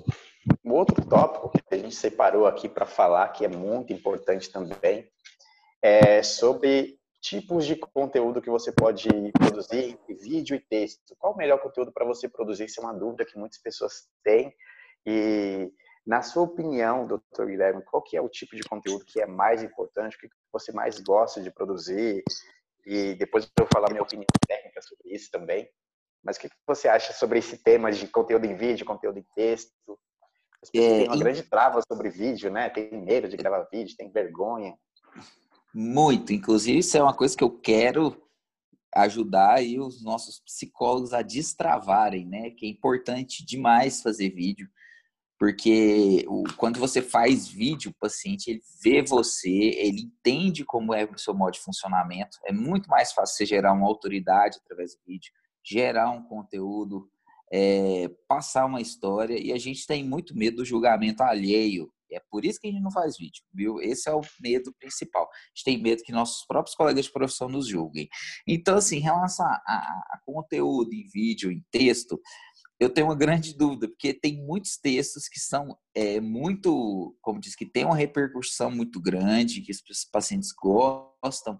Um outro tópico que a gente separou aqui para falar, que é muito importante também, é sobre tipos de conteúdo que você pode produzir, vídeo e texto. Qual o melhor conteúdo para você produzir? Isso é uma dúvida que muitas pessoas têm. E, na sua opinião, doutor Guilherme, qual que é o tipo de conteúdo que é mais importante, o que você mais gosta de produzir? E depois eu vou falar minha opinião técnica sobre isso também. Mas o que você acha sobre esse tema de conteúdo em vídeo, conteúdo em texto? As pessoas têm uma grande trava sobre vídeo, né? Tem medo de gravar vídeo, tem vergonha. Muito. Inclusive, isso é uma coisa que eu quero ajudar aí os nossos psicólogos a destravarem, né? Que é importante demais fazer vídeo, porque quando você faz vídeo, o paciente ele vê você, ele entende como é o seu modo de funcionamento. É muito mais fácil você gerar uma autoridade através do vídeo, gerar um conteúdo, passar uma história, e a gente tem muito medo do julgamento alheio. É por isso que a gente não faz vídeo, viu? Esse é o medo principal. A gente tem medo que nossos próprios colegas de profissão nos julguem. Então, assim, em relação a conteúdo em vídeo, em texto, eu tenho uma grande dúvida, porque tem muitos textos que são muito, como diz, que tem uma repercussão muito grande, que os pacientes gostam,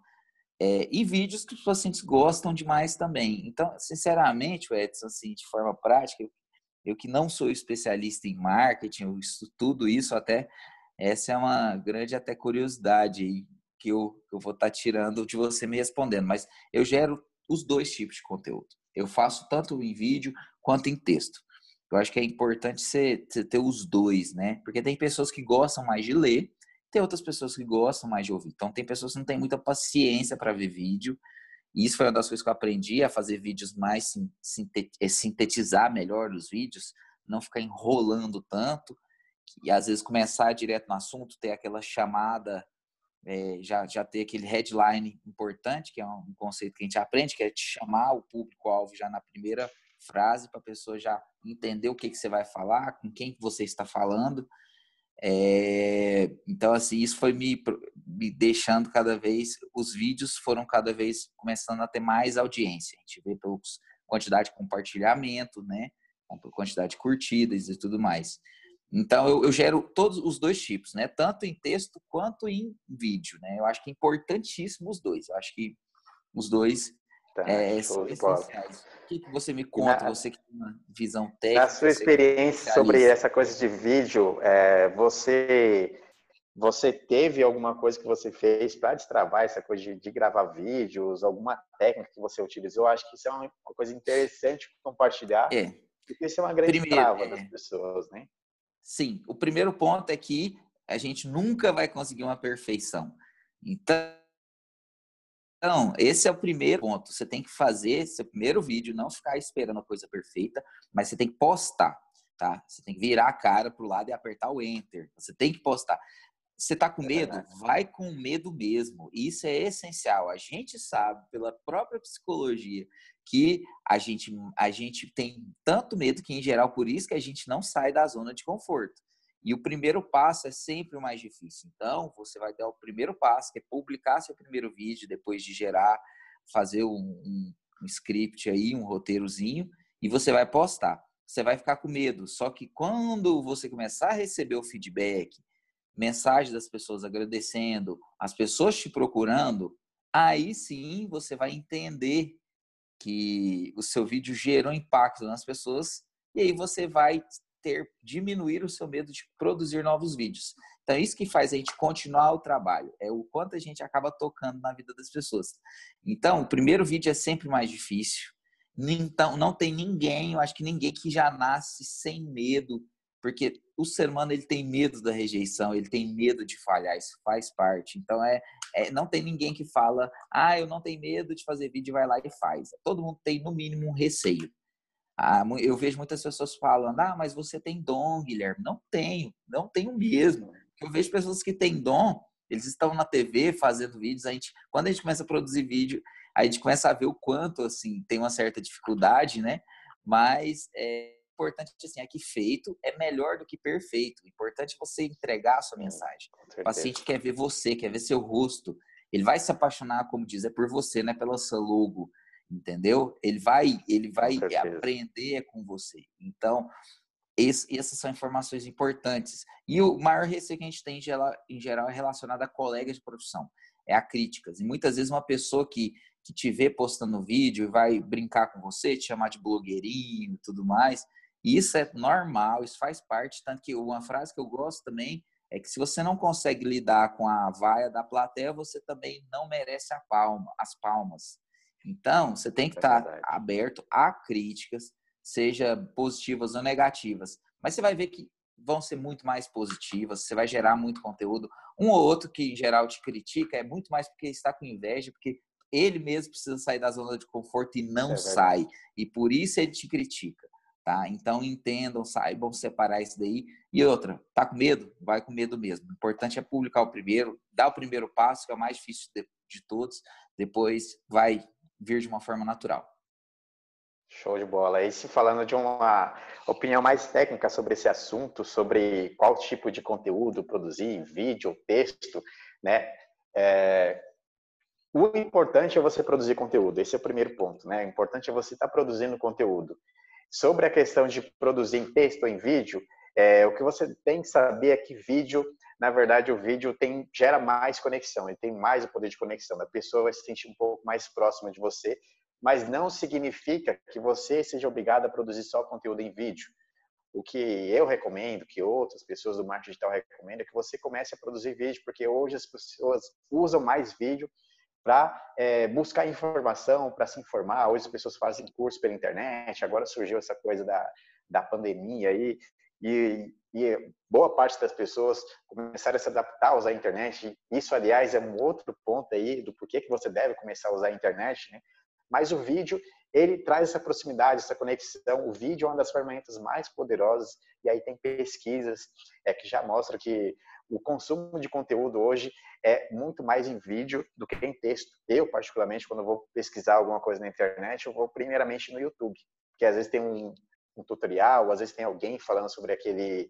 e vídeos que os pacientes gostam demais também. Então, sinceramente, Edson, assim, de forma prática, eu que não sou especialista em marketing, eu estudo isso até, essa é uma grande até curiosidade que eu vou estar tirando de você me respondendo, mas eu gero os dois tipos de conteúdo. Eu faço tanto em vídeo quanto em texto. Eu acho que é importante você ter os dois, né? Porque tem pessoas que gostam mais de ler, tem outras pessoas que gostam mais de ouvir. Então, tem pessoas que não têm muita paciência para ver vídeo. E isso foi uma das coisas que eu aprendi, a fazer vídeos mais, sintetizar melhor os vídeos, não ficar enrolando tanto, e às vezes começar direto no assunto, ter aquela chamada, já ter aquele headline importante, que é um conceito que a gente aprende, que é te chamar o público-alvo já na primeira frase, para a pessoa já entender o que você vai falar, com quem você está falando. Então, assim, isso foi me deixando cada vez, os vídeos foram cada vez começando a ter mais audiência. A gente vê pela quantidade de compartilhamento, né? Pela quantidade de curtidas e tudo mais. Então, eu gero todos os dois tipos, né? Tanto em texto quanto em vídeo, né? Eu acho que é importantíssimo os dois. Eu acho que os dois Tá, são show de bola. essenciais. O que você me E conta? Você que tem uma visão na técnica, sua você que é experiência sobre especialista. essa coisa de vídeo, você teve alguma coisa que você fez para destravar essa coisa de gravar vídeos, alguma técnica que você utilizou? Acho que isso é uma coisa interessante compartilhar, É, porque isso é uma grande primeiro, trava das pessoas, né? sim, o primeiro ponto é que a gente nunca vai conseguir uma perfeição. Então, esse é o primeiro ponto. Você tem que fazer seu primeiro vídeo, não ficar esperando a coisa perfeita, mas você tem que postar, tá? Você tem que virar a cara pro lado e apertar o enter. Você tem que postar. Você tá com É medo? verdade. Vai com medo mesmo. Isso é essencial. A gente sabe, pela própria psicologia, que a gente tem tanto medo que, em geral, por isso que a gente não sai da zona de conforto. E o primeiro passo é sempre o mais difícil. Então, você vai dar o primeiro passo, que é publicar seu primeiro vídeo, depois de gerar, fazer um script aí, um roteirozinho, e você vai postar. Você vai ficar com medo. Só que quando você começar a receber o feedback, mensagem das pessoas agradecendo, as pessoas te procurando, aí sim você vai entender que o seu vídeo gerou impacto nas pessoas e aí você vai diminuir o seu medo de produzir novos vídeos. Então, isso que faz a gente continuar o trabalho, é o quanto a gente acaba tocando na vida das pessoas. Então, o primeiro vídeo é sempre mais difícil. Então, não tem ninguém, eu acho que ninguém que já nasce sem medo, porque o ser humano ele tem medo da rejeição, ele tem medo de falhar, isso faz parte. Então, não tem ninguém que fala, eu não tenho medo de fazer vídeo, vai lá e faz. Todo mundo tem, no mínimo, um receio. Eu vejo muitas pessoas falando, mas você tem dom, Guilherme. Não tenho mesmo. Eu vejo pessoas que têm dom, eles estão na TV fazendo vídeos, quando a gente começa a produzir vídeo, a gente começa a ver o quanto, assim, tem uma certa dificuldade, né? Mas é importante, assim, é que feito é melhor do que perfeito. O importante é você entregar a sua Sim, mensagem. com O certeza. paciente quer ver você, quer ver seu rosto. Ele vai se apaixonar, como diz, é por você, não é pela sua logo, entendeu? Ele vai Com certeza. aprender com você. Então, essas são informações importantes. E o maior receio que a gente tem, em geral, é relacionado a colegas de profissão. É a críticas. E muitas vezes uma pessoa que te vê postando vídeo e vai brincar com você, te chamar de blogueirinho e tudo mais, e isso é normal, isso faz parte. Tanto que uma frase que eu gosto também é que se você não consegue lidar com a vaia da plateia, você também não merece as palmas. Então, você tem que É estar verdade. aberto a críticas, seja positivas ou negativas. Mas você vai ver que vão ser muito mais positivas, você vai gerar muito conteúdo. Um ou outro que, em geral, te critica é muito mais porque está com inveja, porque ele mesmo precisa sair da zona de conforto e não É sai. verdade. E por isso ele te critica. Tá? Então, entendam, saibam separar isso daí. E outra, tá com medo? Vai com medo mesmo. O importante é publicar o primeiro, dar o primeiro passo, que é o mais difícil de todos. Depois vai vir de uma forma natural. Show de bola. E se falando de uma opinião mais técnica sobre esse assunto, sobre qual tipo de conteúdo produzir, vídeo ou texto, né? É, o importante é você produzir conteúdo. Esse é o primeiro ponto, né? O importante é você estar produzindo conteúdo. Sobre a questão de produzir em texto ou em vídeo, o que você tem que saber é que vídeo, na verdade, o vídeo gera mais conexão, ele tem mais o poder de conexão. A pessoa vai se sentir um pouco mais próxima de você, mas não significa que você seja obrigado a produzir só conteúdo em vídeo. O que eu recomendo, que outras pessoas do marketing digital recomendam, é que você comece a produzir vídeo, porque hoje as pessoas usam mais vídeo para buscar informação, para se informar. Hoje as pessoas fazem curso pela internet, agora surgiu essa coisa da pandemia aí, e boa parte das pessoas começaram a se adaptar a usar a internet. Isso, aliás, é um outro ponto aí do porquê que você deve começar a usar a internet, né? Mas o vídeo, ele traz essa proximidade, essa conexão. O vídeo é uma das ferramentas mais poderosas, e aí tem pesquisas que já mostram que o consumo de conteúdo hoje é muito mais em vídeo do que em texto. Eu, particularmente, quando eu vou pesquisar alguma coisa na internet, eu vou primeiramente no YouTube, porque às vezes tem um tutorial, às vezes tem alguém falando sobre aquele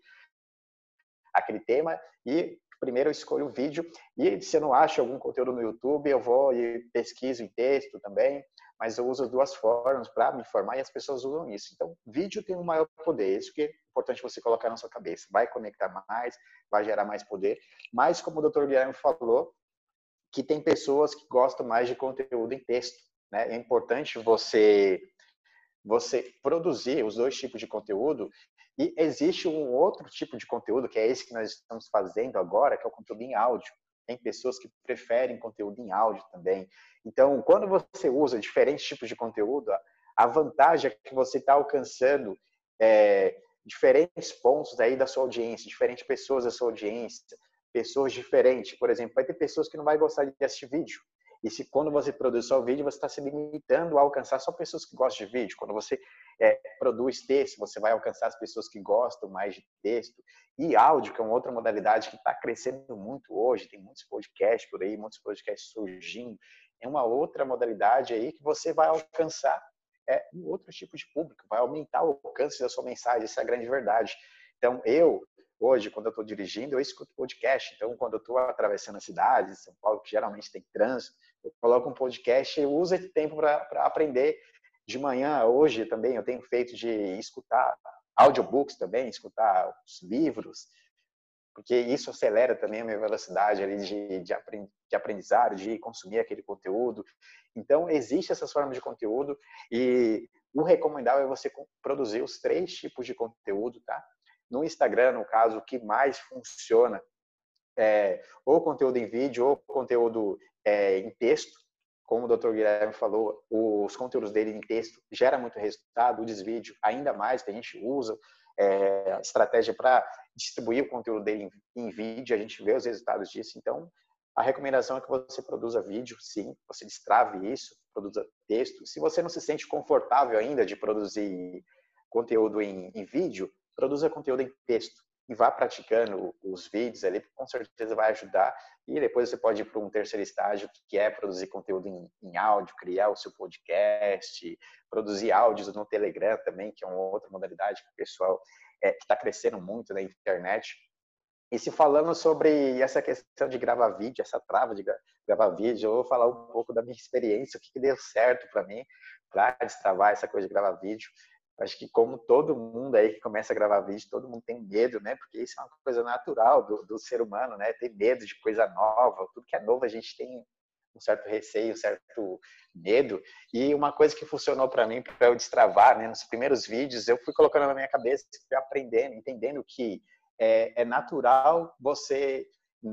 tema, e primeiro eu escolho o vídeo, e se eu não acho algum conteúdo no YouTube, eu vou e pesquiso em texto também, mas eu uso as duas formas para me informar, e as pessoas usam isso. Então, vídeo tem um maior poder, isso que é importante você colocar na sua cabeça. Vai conectar mais, vai gerar mais poder, mas como o Dr. Guilherme falou, que tem pessoas que gostam mais de conteúdo em texto, né? É importante você produzir os dois tipos de conteúdo, e existe um outro tipo de conteúdo, que é esse que nós estamos fazendo agora, que é o conteúdo em áudio. Tem pessoas que preferem conteúdo em áudio também. Então, quando você usa diferentes tipos de conteúdo, a vantagem é que você está alcançando diferentes pontos aí da sua audiência, diferentes pessoas da sua audiência, pessoas diferentes. Por exemplo, vai ter pessoas que não vai gostar de assistir vídeo. E se quando você produz só vídeo, você está se limitando a alcançar só pessoas que gostam de vídeo. Quando você produz texto, você vai alcançar as pessoas que gostam mais de texto. E áudio, que é uma outra modalidade que está crescendo muito hoje, tem muitos podcasts por aí, muitos podcasts surgindo. É uma outra modalidade aí que você vai alcançar um outro tipo de público, vai aumentar o alcance da sua mensagem, essa é a grande verdade. Então, hoje, quando eu estou dirigindo, eu escuto podcast. Então, quando eu estou atravessando a cidade, em São Paulo, que geralmente tem trânsito, eu coloco um podcast e uso esse tempo para aprender. De manhã, hoje também, eu tenho feito de escutar audiobooks também, escutar os livros, porque isso acelera também a minha velocidade ali de aprendizado, de consumir aquele conteúdo. Então, existem essas formas de conteúdo, e o recomendável é você produzir os 3 tipos de conteúdo, tá? No Instagram, no caso, o que mais funciona ou conteúdo em vídeo ou conteúdo em texto. Como o Dr. Guilherme falou, os conteúdos dele em texto geram muito resultado, o desvídeo ainda mais, que a gente usa a estratégia para distribuir o conteúdo dele em vídeo, a gente vê os resultados disso. Então, a recomendação é que você produza vídeo, sim, você destrave isso, produza texto. Se você não se sente confortável ainda de produzir conteúdo em vídeo, produza conteúdo em texto e vá praticando os vídeos ali, com certeza vai ajudar. E depois você pode ir para um terceiro estágio, que é produzir conteúdo em áudio, criar o seu podcast, produzir áudios no Telegram também, que é uma outra modalidade que o pessoal que está crescendo muito na internet. E se falando sobre essa questão de gravar vídeo, essa trava de gravar vídeo, eu vou falar um pouco da minha experiência, o que deu certo para mim, para destravar essa coisa de gravar vídeo. Acho que como todo mundo aí que começa a gravar vídeo, todo mundo tem medo, né? Porque isso é uma coisa natural do ser humano, né? Ter medo de coisa nova, tudo que é novo a gente tem um certo receio, um certo medo. E uma coisa que funcionou para mim, para eu destravar, né? Nos primeiros vídeos, eu fui colocando na minha cabeça, fui aprendendo, entendendo que é natural você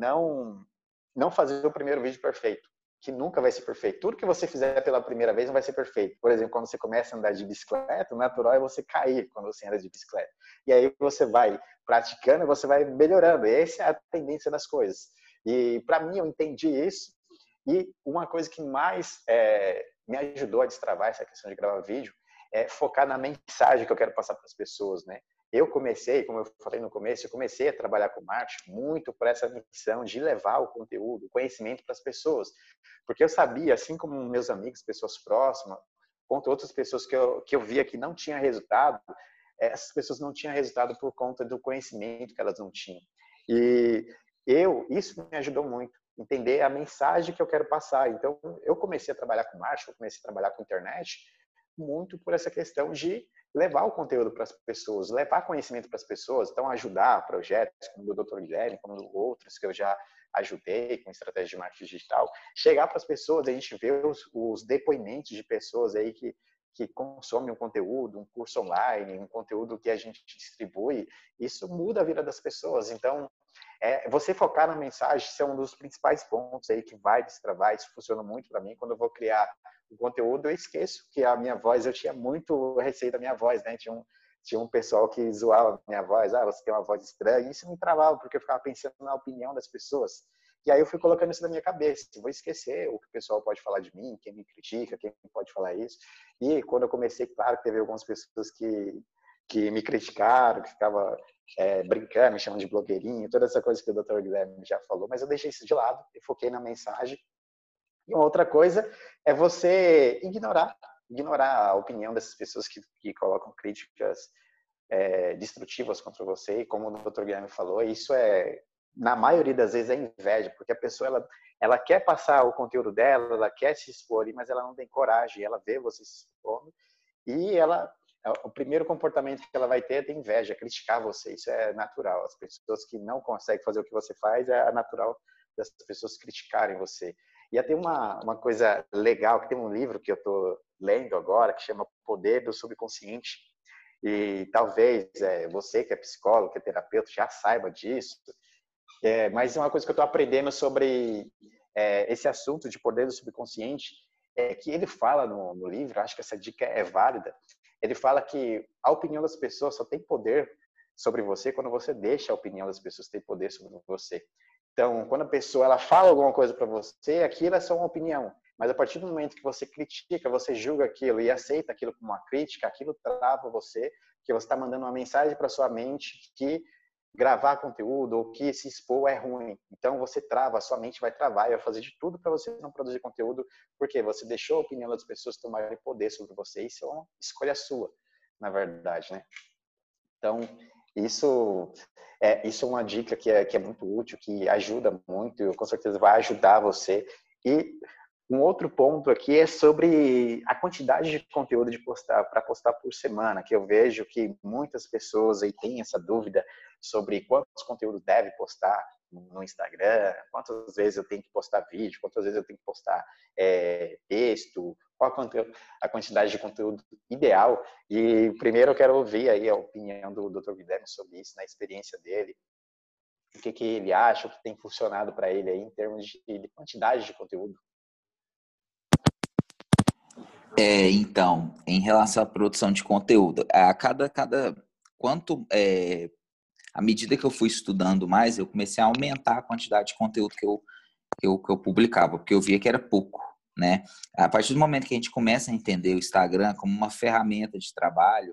não fazer o primeiro vídeo perfeito, que nunca vai ser perfeito. Tudo que você fizer pela primeira vez não vai ser perfeito. Por exemplo, quando você começa a andar de bicicleta, o natural é você cair quando você anda de bicicleta. E aí você vai praticando, você vai melhorando. Essa é a tendência das coisas. E para mim, eu entendi isso. E uma coisa que mais me ajudou a destravar essa questão de gravar vídeo é focar na mensagem que eu quero passar para as pessoas, né? Eu comecei, como eu falei no começo, eu comecei a trabalhar com marketing muito por essa missão de levar o conteúdo, o conhecimento para as pessoas. Porque eu sabia, assim como meus amigos, pessoas próximas, quanto outras pessoas que eu via que não tinham resultado, essas pessoas não tinham resultado por conta do conhecimento que elas não tinham. E isso me ajudou muito, entender a mensagem que eu quero passar. Então, eu comecei a trabalhar com marketing, eu comecei a trabalhar com internet, muito por essa questão de levar o conteúdo para as pessoas, levar conhecimento para as pessoas, então ajudar projetos como o do Dr. Guilherme, como outros que eu já ajudei com estratégia de marketing digital, chegar para as pessoas, a gente vê os depoimentos de pessoas aí que que consome um conteúdo, um curso online, um conteúdo que a gente distribui, isso muda a vida das pessoas. Então, você focar na mensagem, isso é um dos principais pontos aí que vai destravar. Isso funciona muito para mim. Quando eu vou criar o conteúdo, eu esqueço que a minha voz, eu tinha muito receio da minha voz, né? Tinha um pessoal que zoava a minha voz, você tem uma voz estranha, e isso me travava, porque eu ficava pensando na opinião das pessoas. E aí eu fui colocando isso na minha cabeça, vou esquecer o que o pessoal pode falar de mim, quem me critica, quem pode falar isso. E quando eu comecei, claro, teve algumas pessoas que me criticaram, que ficava brincando, me chamando de blogueirinho, toda essa coisa que o Dr. Guilherme já falou, mas eu deixei isso de lado, eu foquei na mensagem. E uma outra coisa é você ignorar a opinião dessas pessoas que colocam críticas destrutivas contra você, e como o Dr. Guilherme falou, isso na maioria das vezes é inveja, porque a pessoa ela quer passar o conteúdo dela, ela quer se expor, mas ela não tem coragem, ela vê você se expondo e o primeiro comportamento que ela vai ter é ter inveja, criticar você, isso é natural. As pessoas que não conseguem fazer o que você faz, é natural das pessoas criticarem você. E até uma coisa legal, que tem um livro que eu estou lendo agora, que chama Poder do Subconsciente, e talvez você que é psicólogo, que é terapeuta, já saiba disso, mas é uma coisa que eu estou aprendendo sobre esse assunto de poder do subconsciente, que ele fala no livro, acho que essa dica é válida, ele fala que a opinião das pessoas só tem poder sobre você quando você deixa a opinião das pessoas ter poder sobre você. Então, quando a pessoa ela fala alguma coisa para você, aquilo é só uma opinião. Mas a partir do momento que você critica, você julga aquilo e aceita aquilo como uma crítica, aquilo trava você, que você está mandando uma mensagem para sua mente que gravar conteúdo ou que se expor é ruim. Então você trava, a sua mente vai travar e vai fazer de tudo para você não produzir conteúdo, porque você deixou a opinião das pessoas tomarem poder sobre você. Isso é uma escolha sua, na verdade, né? Então, isso é uma dica que é muito útil, que ajuda muito, e com certeza vai ajudar você. E um outro ponto aqui é sobre a quantidade de conteúdo para postar por semana, que eu vejo que muitas pessoas aí têm essa dúvida sobre quantos conteúdos deve postar no Instagram, quantas vezes eu tenho que postar vídeo, quantas vezes eu tenho que postar texto, qual a quantidade de conteúdo ideal. E primeiro eu quero ouvir aí a opinião do Dr. Guilherme sobre isso, na experiência dele, o que ele acha, o que tem funcionado para ele aí em termos de quantidade de conteúdo. Então, em relação à produção de conteúdo, à medida que eu fui estudando mais, eu comecei a aumentar a quantidade de conteúdo que eu publicava, porque eu via que era pouco, né? A partir do momento que a gente começa a entender o Instagram como uma ferramenta de trabalho,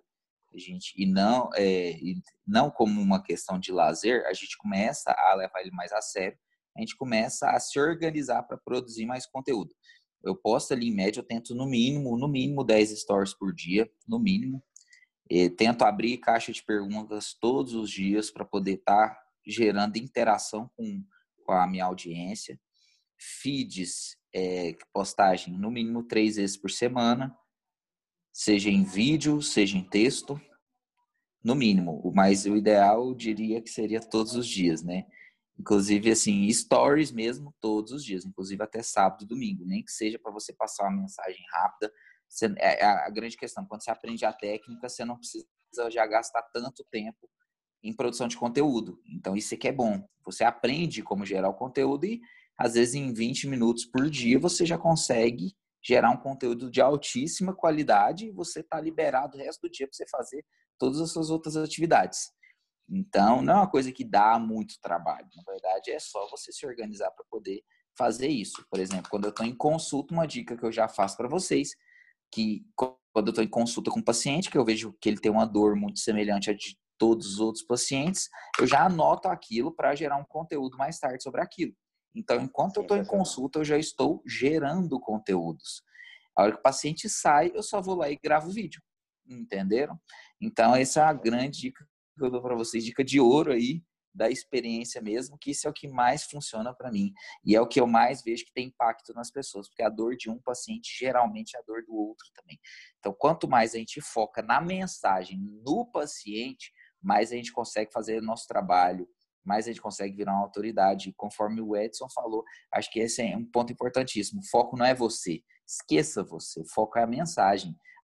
e não como uma questão de lazer, a gente começa a levar ele mais a sério, a gente começa a se organizar para produzir mais conteúdo. Eu posto ali, em média, eu tento no mínimo 10 stories por dia, no mínimo. Tento abrir caixa de perguntas todos os dias para poder estar gerando interação com a minha audiência. Feeds, postagem no mínimo 3 vezes por semana, seja em vídeo, seja em texto, no mínimo. Mas o ideal, eu diria que seria todos os dias, né? Inclusive, assim, stories mesmo todos os dias, inclusive até sábado e domingo, nem que seja para você passar uma mensagem rápida. A grande questão, quando você aprende a técnica, você não precisa já gastar tanto tempo em produção de conteúdo. Então, isso aqui é bom. Você aprende como gerar o conteúdo e, às vezes, em 20 minutos por dia, você já consegue gerar um conteúdo de altíssima qualidade e você está liberado o resto do dia para você fazer todas as suas outras atividades. Então, não é uma coisa que dá muito trabalho. Na verdade, é só você se organizar para poder fazer isso. Por exemplo, quando eu estou em consulta, uma dica que eu já faço para vocês, que quando eu estou em consulta com um paciente, que eu vejo que ele tem uma dor muito semelhante à de todos os outros pacientes, eu já anoto aquilo para gerar um conteúdo mais tarde sobre aquilo. Então, enquanto eu estou em consulta, eu já estou gerando conteúdos. A hora que o paciente sai, eu só vou lá e gravo o vídeo. Entenderam? Então, essa é a grande dica que eu dou para vocês, dica de ouro aí, da experiência mesmo, que isso é o que mais funciona para mim. E é o que eu mais vejo que tem impacto nas pessoas, porque a dor de um paciente geralmente é a dor do outro também. Então, quanto mais a gente foca na mensagem, no paciente, mais a gente consegue fazer o nosso trabalho, mais a gente consegue virar uma autoridade. E conforme o Edson falou, acho que esse é um ponto importantíssimo. O foco não é você. Esqueça você. O foco é a mensagem.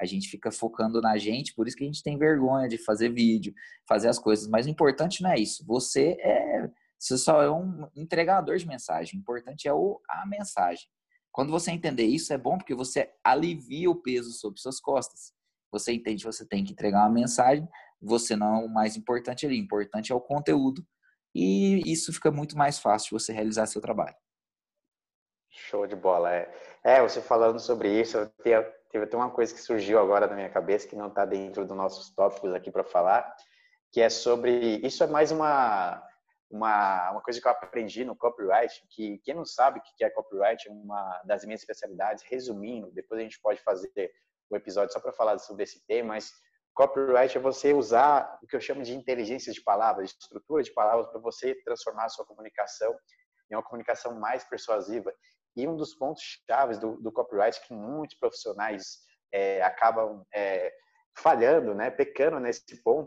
A gente fica focando na gente, por isso que a gente tem vergonha de fazer vídeo, fazer as coisas. Mas o importante não é isso. Você só é um entregador de mensagem. O importante é a mensagem. Quando você entender isso, é bom porque você alivia o peso sobre suas costas. Você entende que você tem que entregar uma mensagem, você não é o mais importante ali. O importante é o conteúdo. E isso fica muito mais fácil de você realizar seu trabalho. Show de bola. Você falando sobre isso, teve até uma coisa que surgiu agora na minha cabeça, que não está dentro dos nossos tópicos aqui para falar, que é sobre... Isso é mais uma coisa que eu aprendi no copyright, que quem não sabe o que é copyright é uma das minhas especialidades. Resumindo, depois a gente pode fazer um episódio só para falar sobre esse tema, mas copyright é você usar o que eu chamo de inteligência de palavras, de estrutura de palavras, para você transformar a sua comunicação em uma comunicação mais persuasiva. E um dos pontos chaves do copyright que muitos profissionais acabam falhando, né, pecando nesse ponto,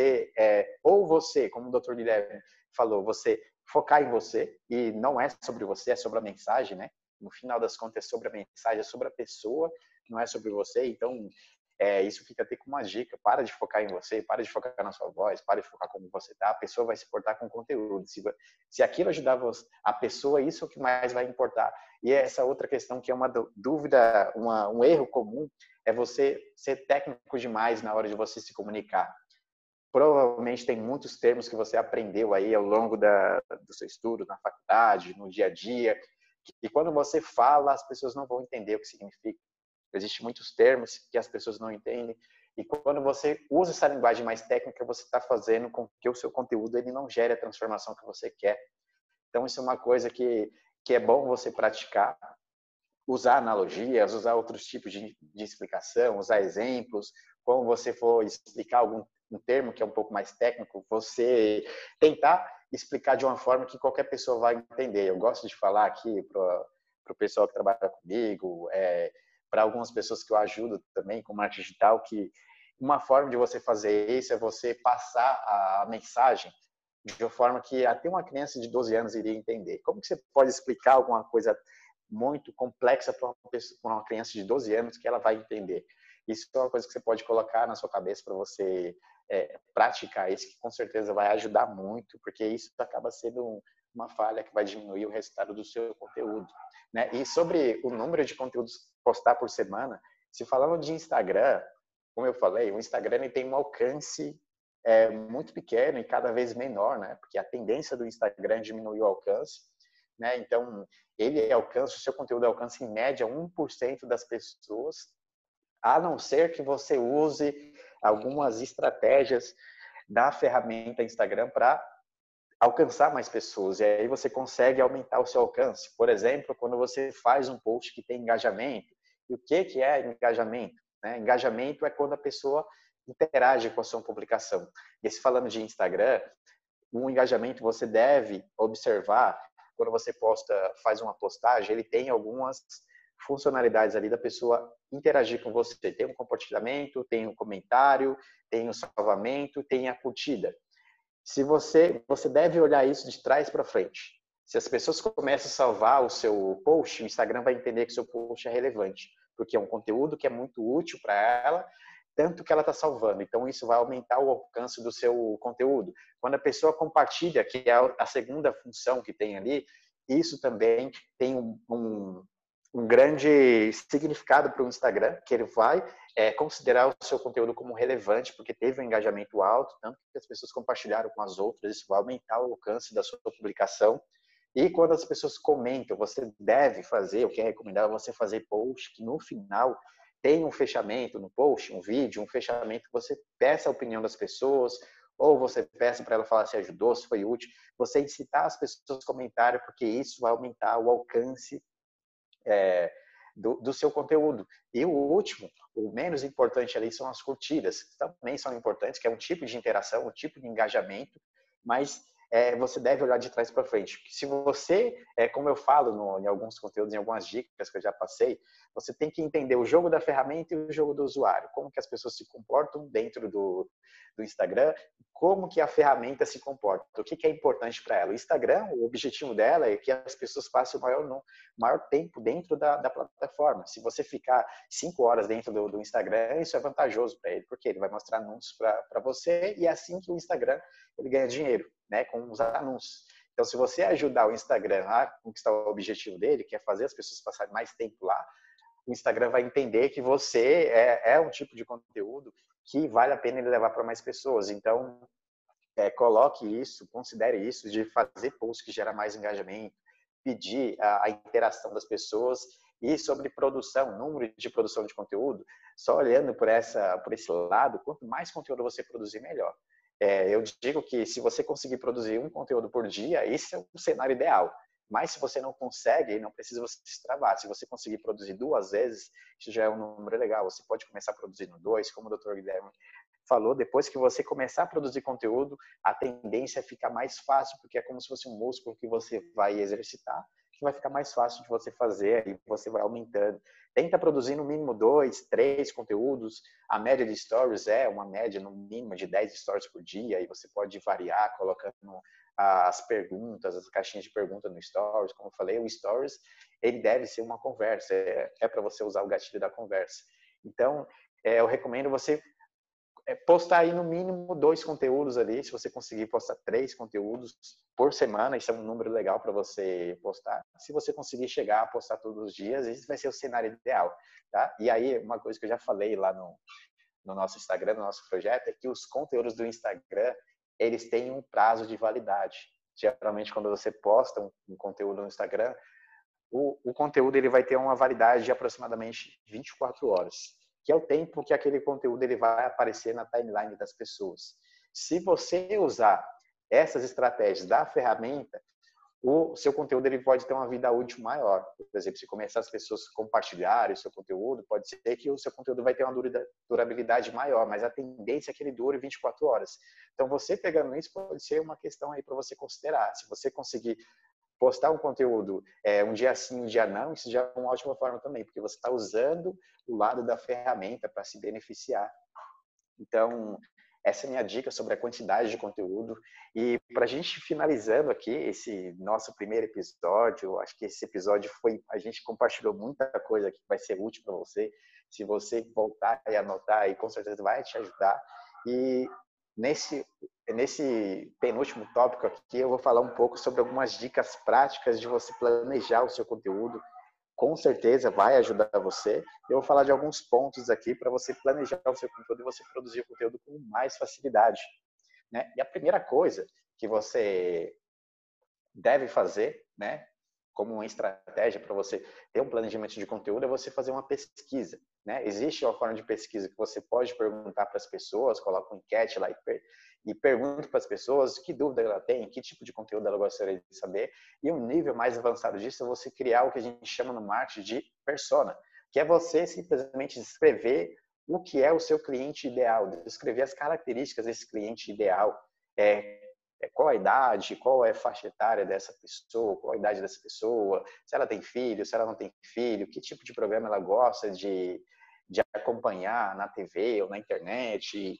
ou você, como o Dr. Guilherme falou, você focar em você, e não é sobre você, é sobre a mensagem, né? No final das contas é sobre a mensagem, é sobre a pessoa, não é sobre você. Então, isso fica até como uma dica: para de focar em você, para de focar na sua voz, para de focar como você tá. A pessoa vai se importar com o conteúdo. Se aquilo ajudar a pessoa, isso é o que mais vai importar. E essa outra questão que é uma dúvida, um erro comum, é você ser técnico demais na hora de você se comunicar. Provavelmente tem muitos termos que você aprendeu aí ao longo do seu estudo, na faculdade, no dia a dia, e quando você fala, as pessoas não vão entender o que significa. Existem muitos termos que as pessoas não entendem, e quando você usa essa linguagem mais técnica, você está fazendo com que o seu conteúdo ele não gere a transformação que você quer. Então, isso é uma coisa que é bom você praticar, usar analogias, usar outros tipos de explicação, usar exemplos. Quando você for explicar um termo que é um pouco mais técnico, você tentar explicar de uma forma que qualquer pessoa vai entender. Eu gosto de falar aqui para o pessoal que trabalha comigo, para algumas pessoas que eu ajudo também com marketing digital, que uma forma de você fazer isso é você passar a mensagem de uma forma que até uma criança de 12 anos iria entender. Como que você pode explicar alguma coisa muito complexa para uma criança de 12 anos que ela vai entender? Isso é uma coisa que você pode colocar na sua cabeça para você praticar isso, que com certeza vai ajudar muito, porque isso acaba sendo uma falha que vai diminuir o resultado do seu conteúdo, né? E sobre o número de conteúdos postar por semana, se falando de Instagram, como eu falei, o Instagram ele tem um alcance muito pequeno e cada vez menor, né? Porque a tendência do Instagram é diminuir o alcance, né? Então, o seu conteúdo alcança em média 1% das pessoas, a não ser que você use algumas estratégias da ferramenta Instagram para alcançar mais pessoas. E aí você consegue aumentar o seu alcance. Por exemplo, quando você faz um post que tem engajamento. E o que é engajamento? Engajamento é quando a pessoa interage com a sua publicação. E se falando de Instagram, um engajamento você deve observar quando você faz uma postagem, ele tem algumas funcionalidades ali da pessoa interagir com você. Tem um compartilhamento, tem um comentário, tem um salvamento, tem a curtida. Se você deve olhar isso de trás para frente. Se as pessoas começam a salvar o seu post, o Instagram vai entender que o seu post é relevante, porque é um conteúdo que é muito útil para ela, tanto que ela está salvando. Então, isso vai aumentar o alcance do seu conteúdo. Quando a pessoa compartilha, que é a segunda função que tem ali, isso também tem um grande significado para o Instagram, que ele vai considerar o seu conteúdo como relevante, porque teve um engajamento alto, tanto que as pessoas compartilharam com as outras, isso vai aumentar o alcance da sua publicação. E quando as pessoas comentam, você deve fazer, o que é recomendável, você fazer post que no final tem um fechamento no post, um vídeo, um fechamento que você peça a opinião das pessoas, ou você peça para ela falar se ajudou, se foi útil, você incitar as pessoas a comentarem, porque isso vai aumentar o alcance do seu conteúdo. E o último, o menos importante ali, são as curtidas, que também são importantes, que é um tipo de interação, um tipo de engajamento, mas você deve olhar de trás para frente. Se você, como eu falo em alguns conteúdos, em algumas dicas que eu já passei, você tem que entender o jogo da ferramenta e o jogo do usuário, como que as pessoas se comportam dentro do Instagram, como que a ferramenta se comporta, o que é importante para ela. O Instagram, o objetivo dela é que as pessoas passem o maior tempo dentro da plataforma. Se você ficar 5 horas dentro do Instagram, isso é vantajoso para ele, porque ele vai mostrar anúncios para você e é assim que o Instagram ele ganha dinheiro, né, com os anúncios. Então, se você ajudar o Instagram a conquistar o objetivo dele, que é fazer as pessoas passarem mais tempo lá, o Instagram vai entender que você é um tipo de conteúdo que vale a pena ele levar para mais pessoas. Então, coloque isso, considere isso, de fazer posts que geram mais engajamento, pedir a interação das pessoas. E sobre produção, número de produção de conteúdo, só olhando por esse lado, quanto mais conteúdo você produzir, melhor. Eu digo que se você conseguir produzir um conteúdo por dia, esse é o cenário ideal. Mas se você não consegue, não precisa você se travar. Se você conseguir produzir 2 vezes, isso já é um número legal. Você pode começar produzindo 2, como o Dr. Guilherme falou. Depois que você começar a produzir conteúdo, a tendência é ficar mais fácil, porque é como se fosse um músculo que você vai exercitar, que vai ficar mais fácil de você fazer e você vai aumentando. Tenta produzir no mínimo 2, 3 conteúdos. A média de stories é uma média no mínimo de 10 stories por dia e você pode variar colocando as perguntas, as caixinhas de pergunta no stories. Como eu falei, o stories ele deve ser uma conversa, é para você usar o gatilho da conversa. Então, eu recomendo você postar aí no mínimo 2 conteúdos ali. Se você conseguir postar 3 conteúdos por semana, isso é um número legal para você postar. Se você conseguir chegar a postar todos os dias, esse vai ser o cenário ideal, tá? E aí, uma coisa que eu já falei lá no nosso Instagram, no nosso projeto, é que os conteúdos do Instagram, eles têm um prazo de validade. Geralmente, quando você posta um conteúdo no Instagram, o conteúdo ele vai ter uma validade de aproximadamente 24 horas, que é o tempo que aquele conteúdo ele vai aparecer na timeline das pessoas. Se você usar essas estratégias da ferramenta, o seu conteúdo ele pode ter uma vida útil maior. Por exemplo, se começar as pessoas compartilharem o seu conteúdo, pode ser que o seu conteúdo vai ter uma durabilidade maior, mas a tendência é que ele dure 24 horas. Então, você pegando isso pode ser uma questão aí para você considerar. Se você conseguir postar um conteúdo um dia sim, um dia não, isso já é uma ótima forma também, porque você está usando o lado da ferramenta para se beneficiar. Então, essa é a minha dica sobre a quantidade de conteúdo. E para a gente finalizando aqui esse nosso primeiro episódio, acho que esse episódio a gente compartilhou muita coisa que vai ser útil para você. Se você voltar e anotar, aí com certeza vai te ajudar. E nesse penúltimo tópico aqui, eu vou falar um pouco sobre algumas dicas práticas de você planejar o seu conteúdo. Com certeza vai ajudar você. Eu vou falar de alguns pontos aqui para você planejar o seu conteúdo e você produzir o conteúdo com mais facilidade, né? E a primeira coisa que você deve fazer, né, como uma estratégia para você ter um planejamento de conteúdo, é você fazer uma pesquisa, né? Existe uma forma de pesquisa que você pode perguntar para as pessoas, coloca uma enquete lá e pergunta para as pessoas que dúvida ela tem, que tipo de conteúdo ela gostaria de saber. E um nível mais avançado disso é você criar o que a gente chama no marketing de persona, que é você simplesmente descrever o que é o seu cliente ideal, descrever as características desse cliente ideal, qual a idade, qual é a faixa etária dessa pessoa, qual a idade dessa pessoa, se ela tem filho, se ela não tem filho, que tipo de programa ela gosta de acompanhar na TV ou na internet,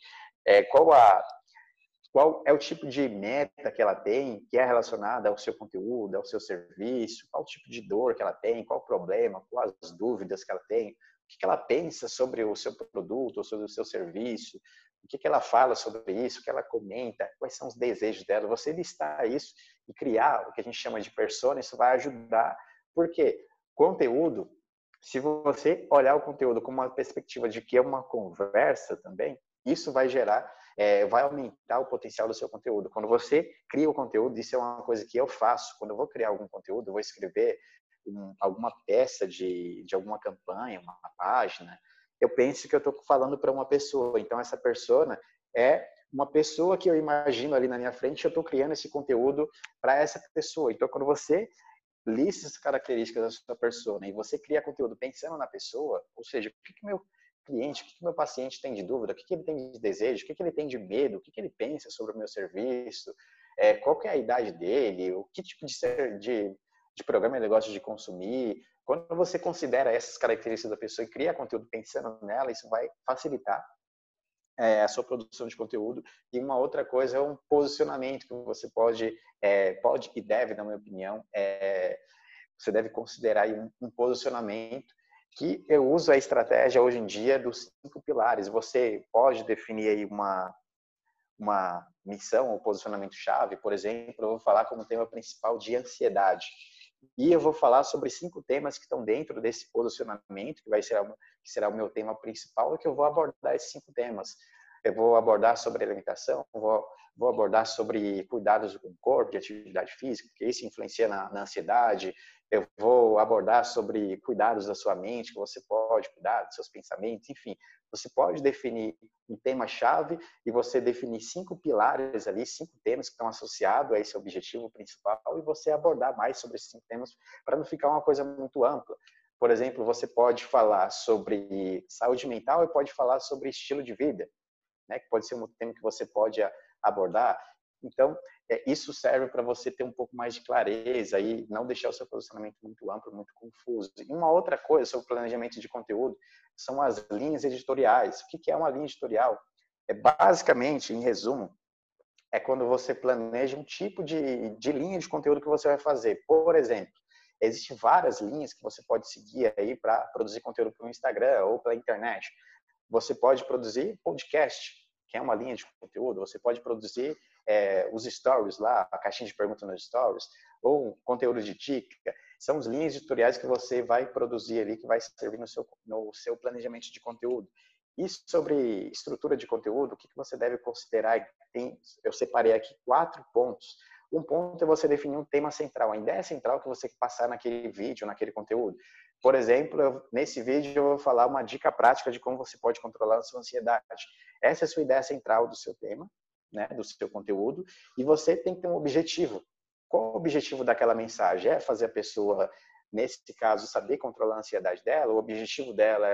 qual é o tipo de meta que ela tem, que é relacionada ao seu conteúdo, ao seu serviço, qual o tipo de dor que ela tem, qual o problema, quais as dúvidas que ela tem, o que ela pensa sobre o seu produto ou sobre o seu serviço, o que ela fala sobre isso, o que ela comenta, quais são os desejos dela. Você listar isso e criar o que a gente chama de persona, isso vai ajudar, porque conteúdo, se você olhar o conteúdo com uma perspectiva de que é uma conversa também, isso vai gerar vai aumentar o potencial do seu conteúdo. Quando você cria o conteúdo, isso é uma coisa que eu faço. Quando eu vou criar algum conteúdo, eu vou escrever alguma peça de alguma campanha, uma página, eu penso que eu estou falando para uma pessoa. Então, essa persona é uma pessoa que eu imagino ali na minha frente, eu estou criando esse conteúdo para essa pessoa. Então, quando você lista as características da sua persona e você cria conteúdo pensando na pessoa, ou seja, o que meu cliente, o que meu paciente tem de dúvida, o que ele tem de desejo, o que ele tem de medo, o que ele pensa sobre o meu serviço, qual que é a idade dele, o que tipo de programa ele gosta de consumir. Quando você considera essas características da pessoa e cria conteúdo pensando nela, isso vai facilitar a sua produção de conteúdo. E uma outra coisa é um posicionamento que você pode e deve, na minha opinião, você deve considerar aí um posicionamento que eu uso a estratégia hoje em dia dos 5 pilares. Você pode definir aí uma missão ou posicionamento-chave, por exemplo, eu vou falar como tema principal de ansiedade. E eu vou falar sobre 5 temas que estão dentro desse posicionamento, que será o meu tema principal, e que eu vou abordar esses 5 temas. Eu vou abordar sobre alimentação, vou abordar sobre cuidados com o corpo, de atividade física, porque isso influencia na ansiedade. Eu vou abordar sobre cuidados da sua mente, que você pode cuidar dos seus pensamentos, enfim. Você pode definir um tema-chave e você definir 5 pilares ali, 5 temas que estão associados a esse objetivo principal e você abordar mais sobre esses 5 temas para não ficar uma coisa muito ampla. Por exemplo, você pode falar sobre saúde mental e pode falar sobre estilo de vida, né? Que pode ser um tema que você pode abordar. Então, isso serve para você ter um pouco mais de clareza e não deixar o seu posicionamento muito amplo, muito confuso. E uma outra coisa sobre o planejamento de conteúdo são as linhas editoriais. O que é uma linha editorial? Basicamente, em resumo, é quando você planeja um tipo de linha de conteúdo que você vai fazer. Por exemplo, existem várias linhas que você pode seguir aí para produzir conteúdo para o Instagram ou pela internet. Você pode produzir podcast, que é uma linha de conteúdo. Você pode produzir os stories lá, a caixinha de perguntas nos stories, ou conteúdo de dica. São as linhas editoriais que você vai produzir ali, que vai servir no seu planejamento de conteúdo. E sobre estrutura de conteúdo, o que você deve considerar? Eu separei aqui 4 pontos. Um ponto é você definir um tema central, a ideia central que você quer passar naquele vídeo, naquele conteúdo. Por exemplo, nesse vídeo eu vou falar uma dica prática de como você pode controlar a sua ansiedade. Essa é a sua ideia central do seu tema, né, do seu conteúdo, e você tem que ter um objetivo. Qual o objetivo daquela mensagem? É fazer a pessoa, nesse caso, saber controlar a ansiedade dela? O objetivo dela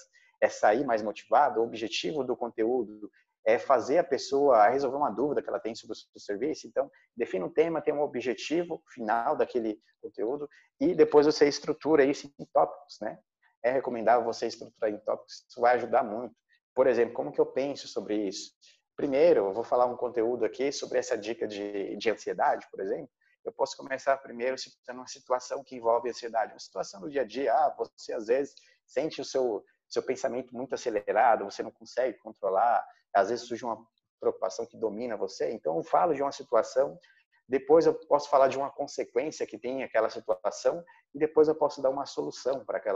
é sair mais motivada? O objetivo do conteúdo é fazer a pessoa resolver uma dúvida que ela tem sobre o seu serviço? Então, defina um tema, tem um objetivo final daquele conteúdo e depois você estrutura isso em tópicos, né? É recomendável você estruturar em tópicos, isso vai ajudar muito. Por exemplo, como que eu penso sobre isso? Primeiro, eu vou falar um conteúdo aqui sobre essa dica de ansiedade, por exemplo. Eu posso começar primeiro citando uma situação que envolve ansiedade, uma situação do dia a dia. Você às vezes sente o seu pensamento muito acelerado, você não consegue controlar, às vezes surge uma preocupação que domina você. Então, eu falo de uma situação, depois eu posso falar de uma consequência que tem aquela situação e depois eu posso dar uma solução para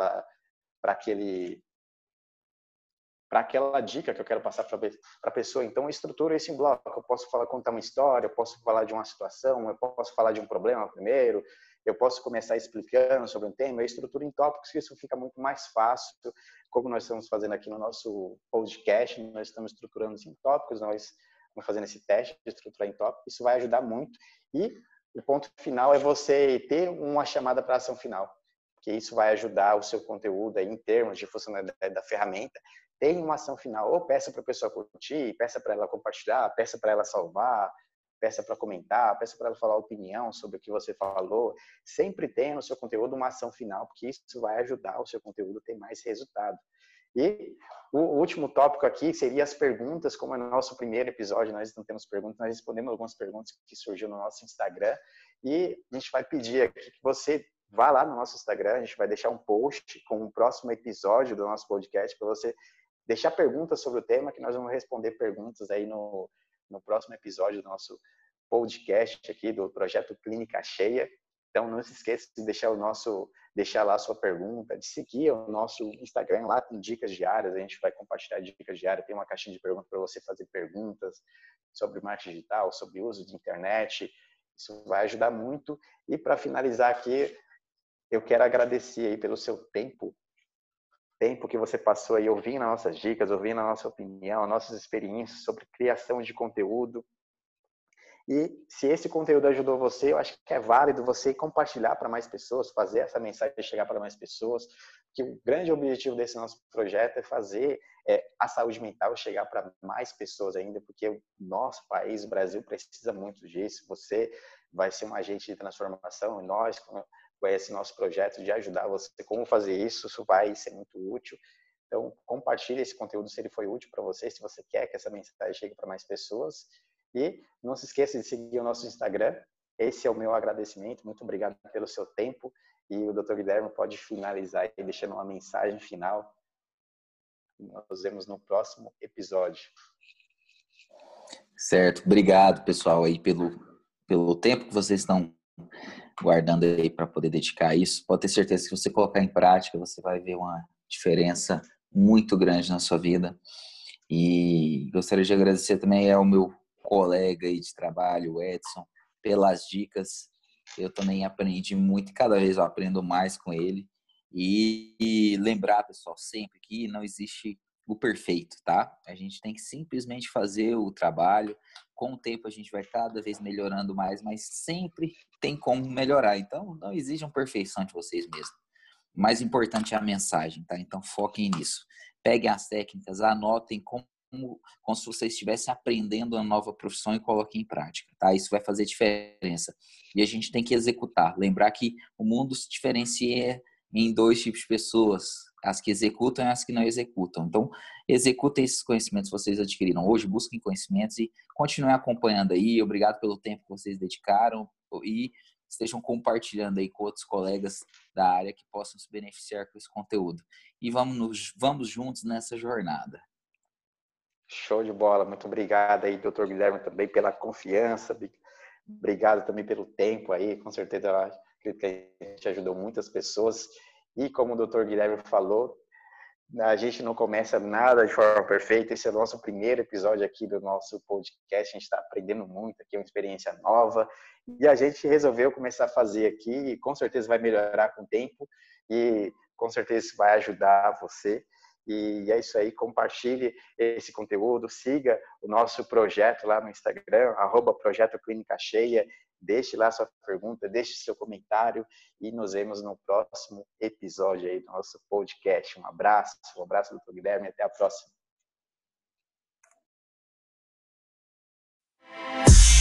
aquela dica que eu quero passar para a pessoa. Então, eu estruturo isso em bloco. Eu posso contar uma história, eu posso falar de uma situação, eu posso falar de um problema primeiro, eu posso começar explicando sobre um tema, eu estruturo em tópicos, que isso fica muito mais fácil. Como nós estamos fazendo aqui no nosso podcast, nós estamos estruturando em tópicos, nós estamos fazendo esse teste de estruturar em tópicos, isso vai ajudar muito. E o ponto final é você ter uma chamada para ação final, que isso vai ajudar o seu conteúdo aí, em termos de funcionalidade da ferramenta. Tem uma ação final, ou peça para a pessoa curtir, peça para ela compartilhar, peça para ela salvar, peça para comentar, peça para ela falar opinião sobre o que você falou. Sempre tenha no seu conteúdo uma ação final, porque isso vai ajudar o seu conteúdo a ter mais resultado. E o último tópico aqui seria as perguntas. Como é no nosso primeiro episódio, nós não temos perguntas, nós respondemos algumas perguntas que surgiu no nosso Instagram, e a gente vai pedir aqui que você vá lá no nosso Instagram, a gente vai deixar um post com o próximo episódio do nosso podcast para você deixar perguntas sobre o tema, que nós vamos responder perguntas aí no próximo episódio do nosso podcast aqui do Projeto Clínica Cheia. Então, não se esqueça de deixar lá a sua pergunta, de seguir o nosso Instagram, lá tem dicas diárias, a gente vai compartilhar dicas diárias, tem uma caixinha de perguntas para você fazer perguntas sobre marketing digital, sobre o uso de internet, isso vai ajudar muito. E para finalizar aqui, eu quero agradecer aí pelo seu tempo que você passou aí ouvindo as nossas dicas, ouvindo a nossa opinião, as nossas experiências sobre criação de conteúdo. E se esse conteúdo ajudou você, eu acho que é válido você compartilhar para mais pessoas, fazer essa mensagem chegar para mais pessoas, que o grande objetivo desse nosso projeto é fazer a saúde mental chegar para mais pessoas ainda, porque o nosso país, o Brasil, precisa muito disso. Você vai ser um agente de transformação e nós, com esse nosso projeto de ajudar você como fazer isso, isso vai ser muito útil. Então, compartilhe esse conteúdo se ele foi útil para você, se você quer que essa mensagem chegue para mais pessoas. E não se esqueça de seguir o nosso Instagram. Esse é o meu agradecimento. Muito obrigado pelo seu tempo. E o Dr. Guilherme pode finalizar aí deixando uma mensagem final. Nos vemos no próximo episódio. Certo. Obrigado, pessoal, aí pelo tempo que vocês estão guardando aí para poder dedicar a isso. Pode ter certeza que se você colocar em prática, você vai ver uma diferença muito grande na sua vida. E gostaria de agradecer também ao meu colega aí de trabalho, o Edson, pelas dicas. Eu também aprendi muito e cada vez eu aprendo mais com ele. E lembrar, pessoal, sempre que não existe o perfeito, tá? A gente tem que simplesmente fazer o trabalho. Com o tempo a gente vai cada vez melhorando mais, mas sempre tem como melhorar. Então, não exijam perfeição de vocês mesmos. O mais importante é a mensagem, tá? Então, foquem nisso. Peguem as técnicas, anotem como se vocês estivessem aprendendo uma nova profissão e coloquem em prática, tá? Isso vai fazer diferença. E a gente tem que executar. Lembrar que o mundo se diferencia em dois tipos de pessoas, as que executam e as que não executam. Então, executem esses conhecimentos que vocês adquiriram hoje, busquem conhecimentos e continuem acompanhando aí. Obrigado pelo tempo que vocês dedicaram e estejam compartilhando aí com outros colegas da área que possam se beneficiar com esse conteúdo. E vamos juntos nessa jornada. Show de bola. Muito obrigado aí, Dr. Guilherme, também pela confiança. Obrigado também pelo tempo aí. Com certeza, eu acredito que a gente ajudou muitas pessoas. E como o Dr. Guilherme falou, a gente não começa nada de forma perfeita. Esse é o nosso primeiro episódio aqui do nosso podcast. A gente está aprendendo muito aqui, é uma experiência nova. E a gente resolveu começar a fazer aqui. E com certeza vai melhorar com o tempo. E com certeza isso vai ajudar você. E é isso aí, compartilhe esse conteúdo, siga o nosso projeto lá no Instagram, @Projeto Clínica Cheia, deixe lá sua pergunta, deixe seu comentário e nos vemos no próximo episódio aí do nosso podcast. Um abraço, Dr. Guilherme, e até a próxima.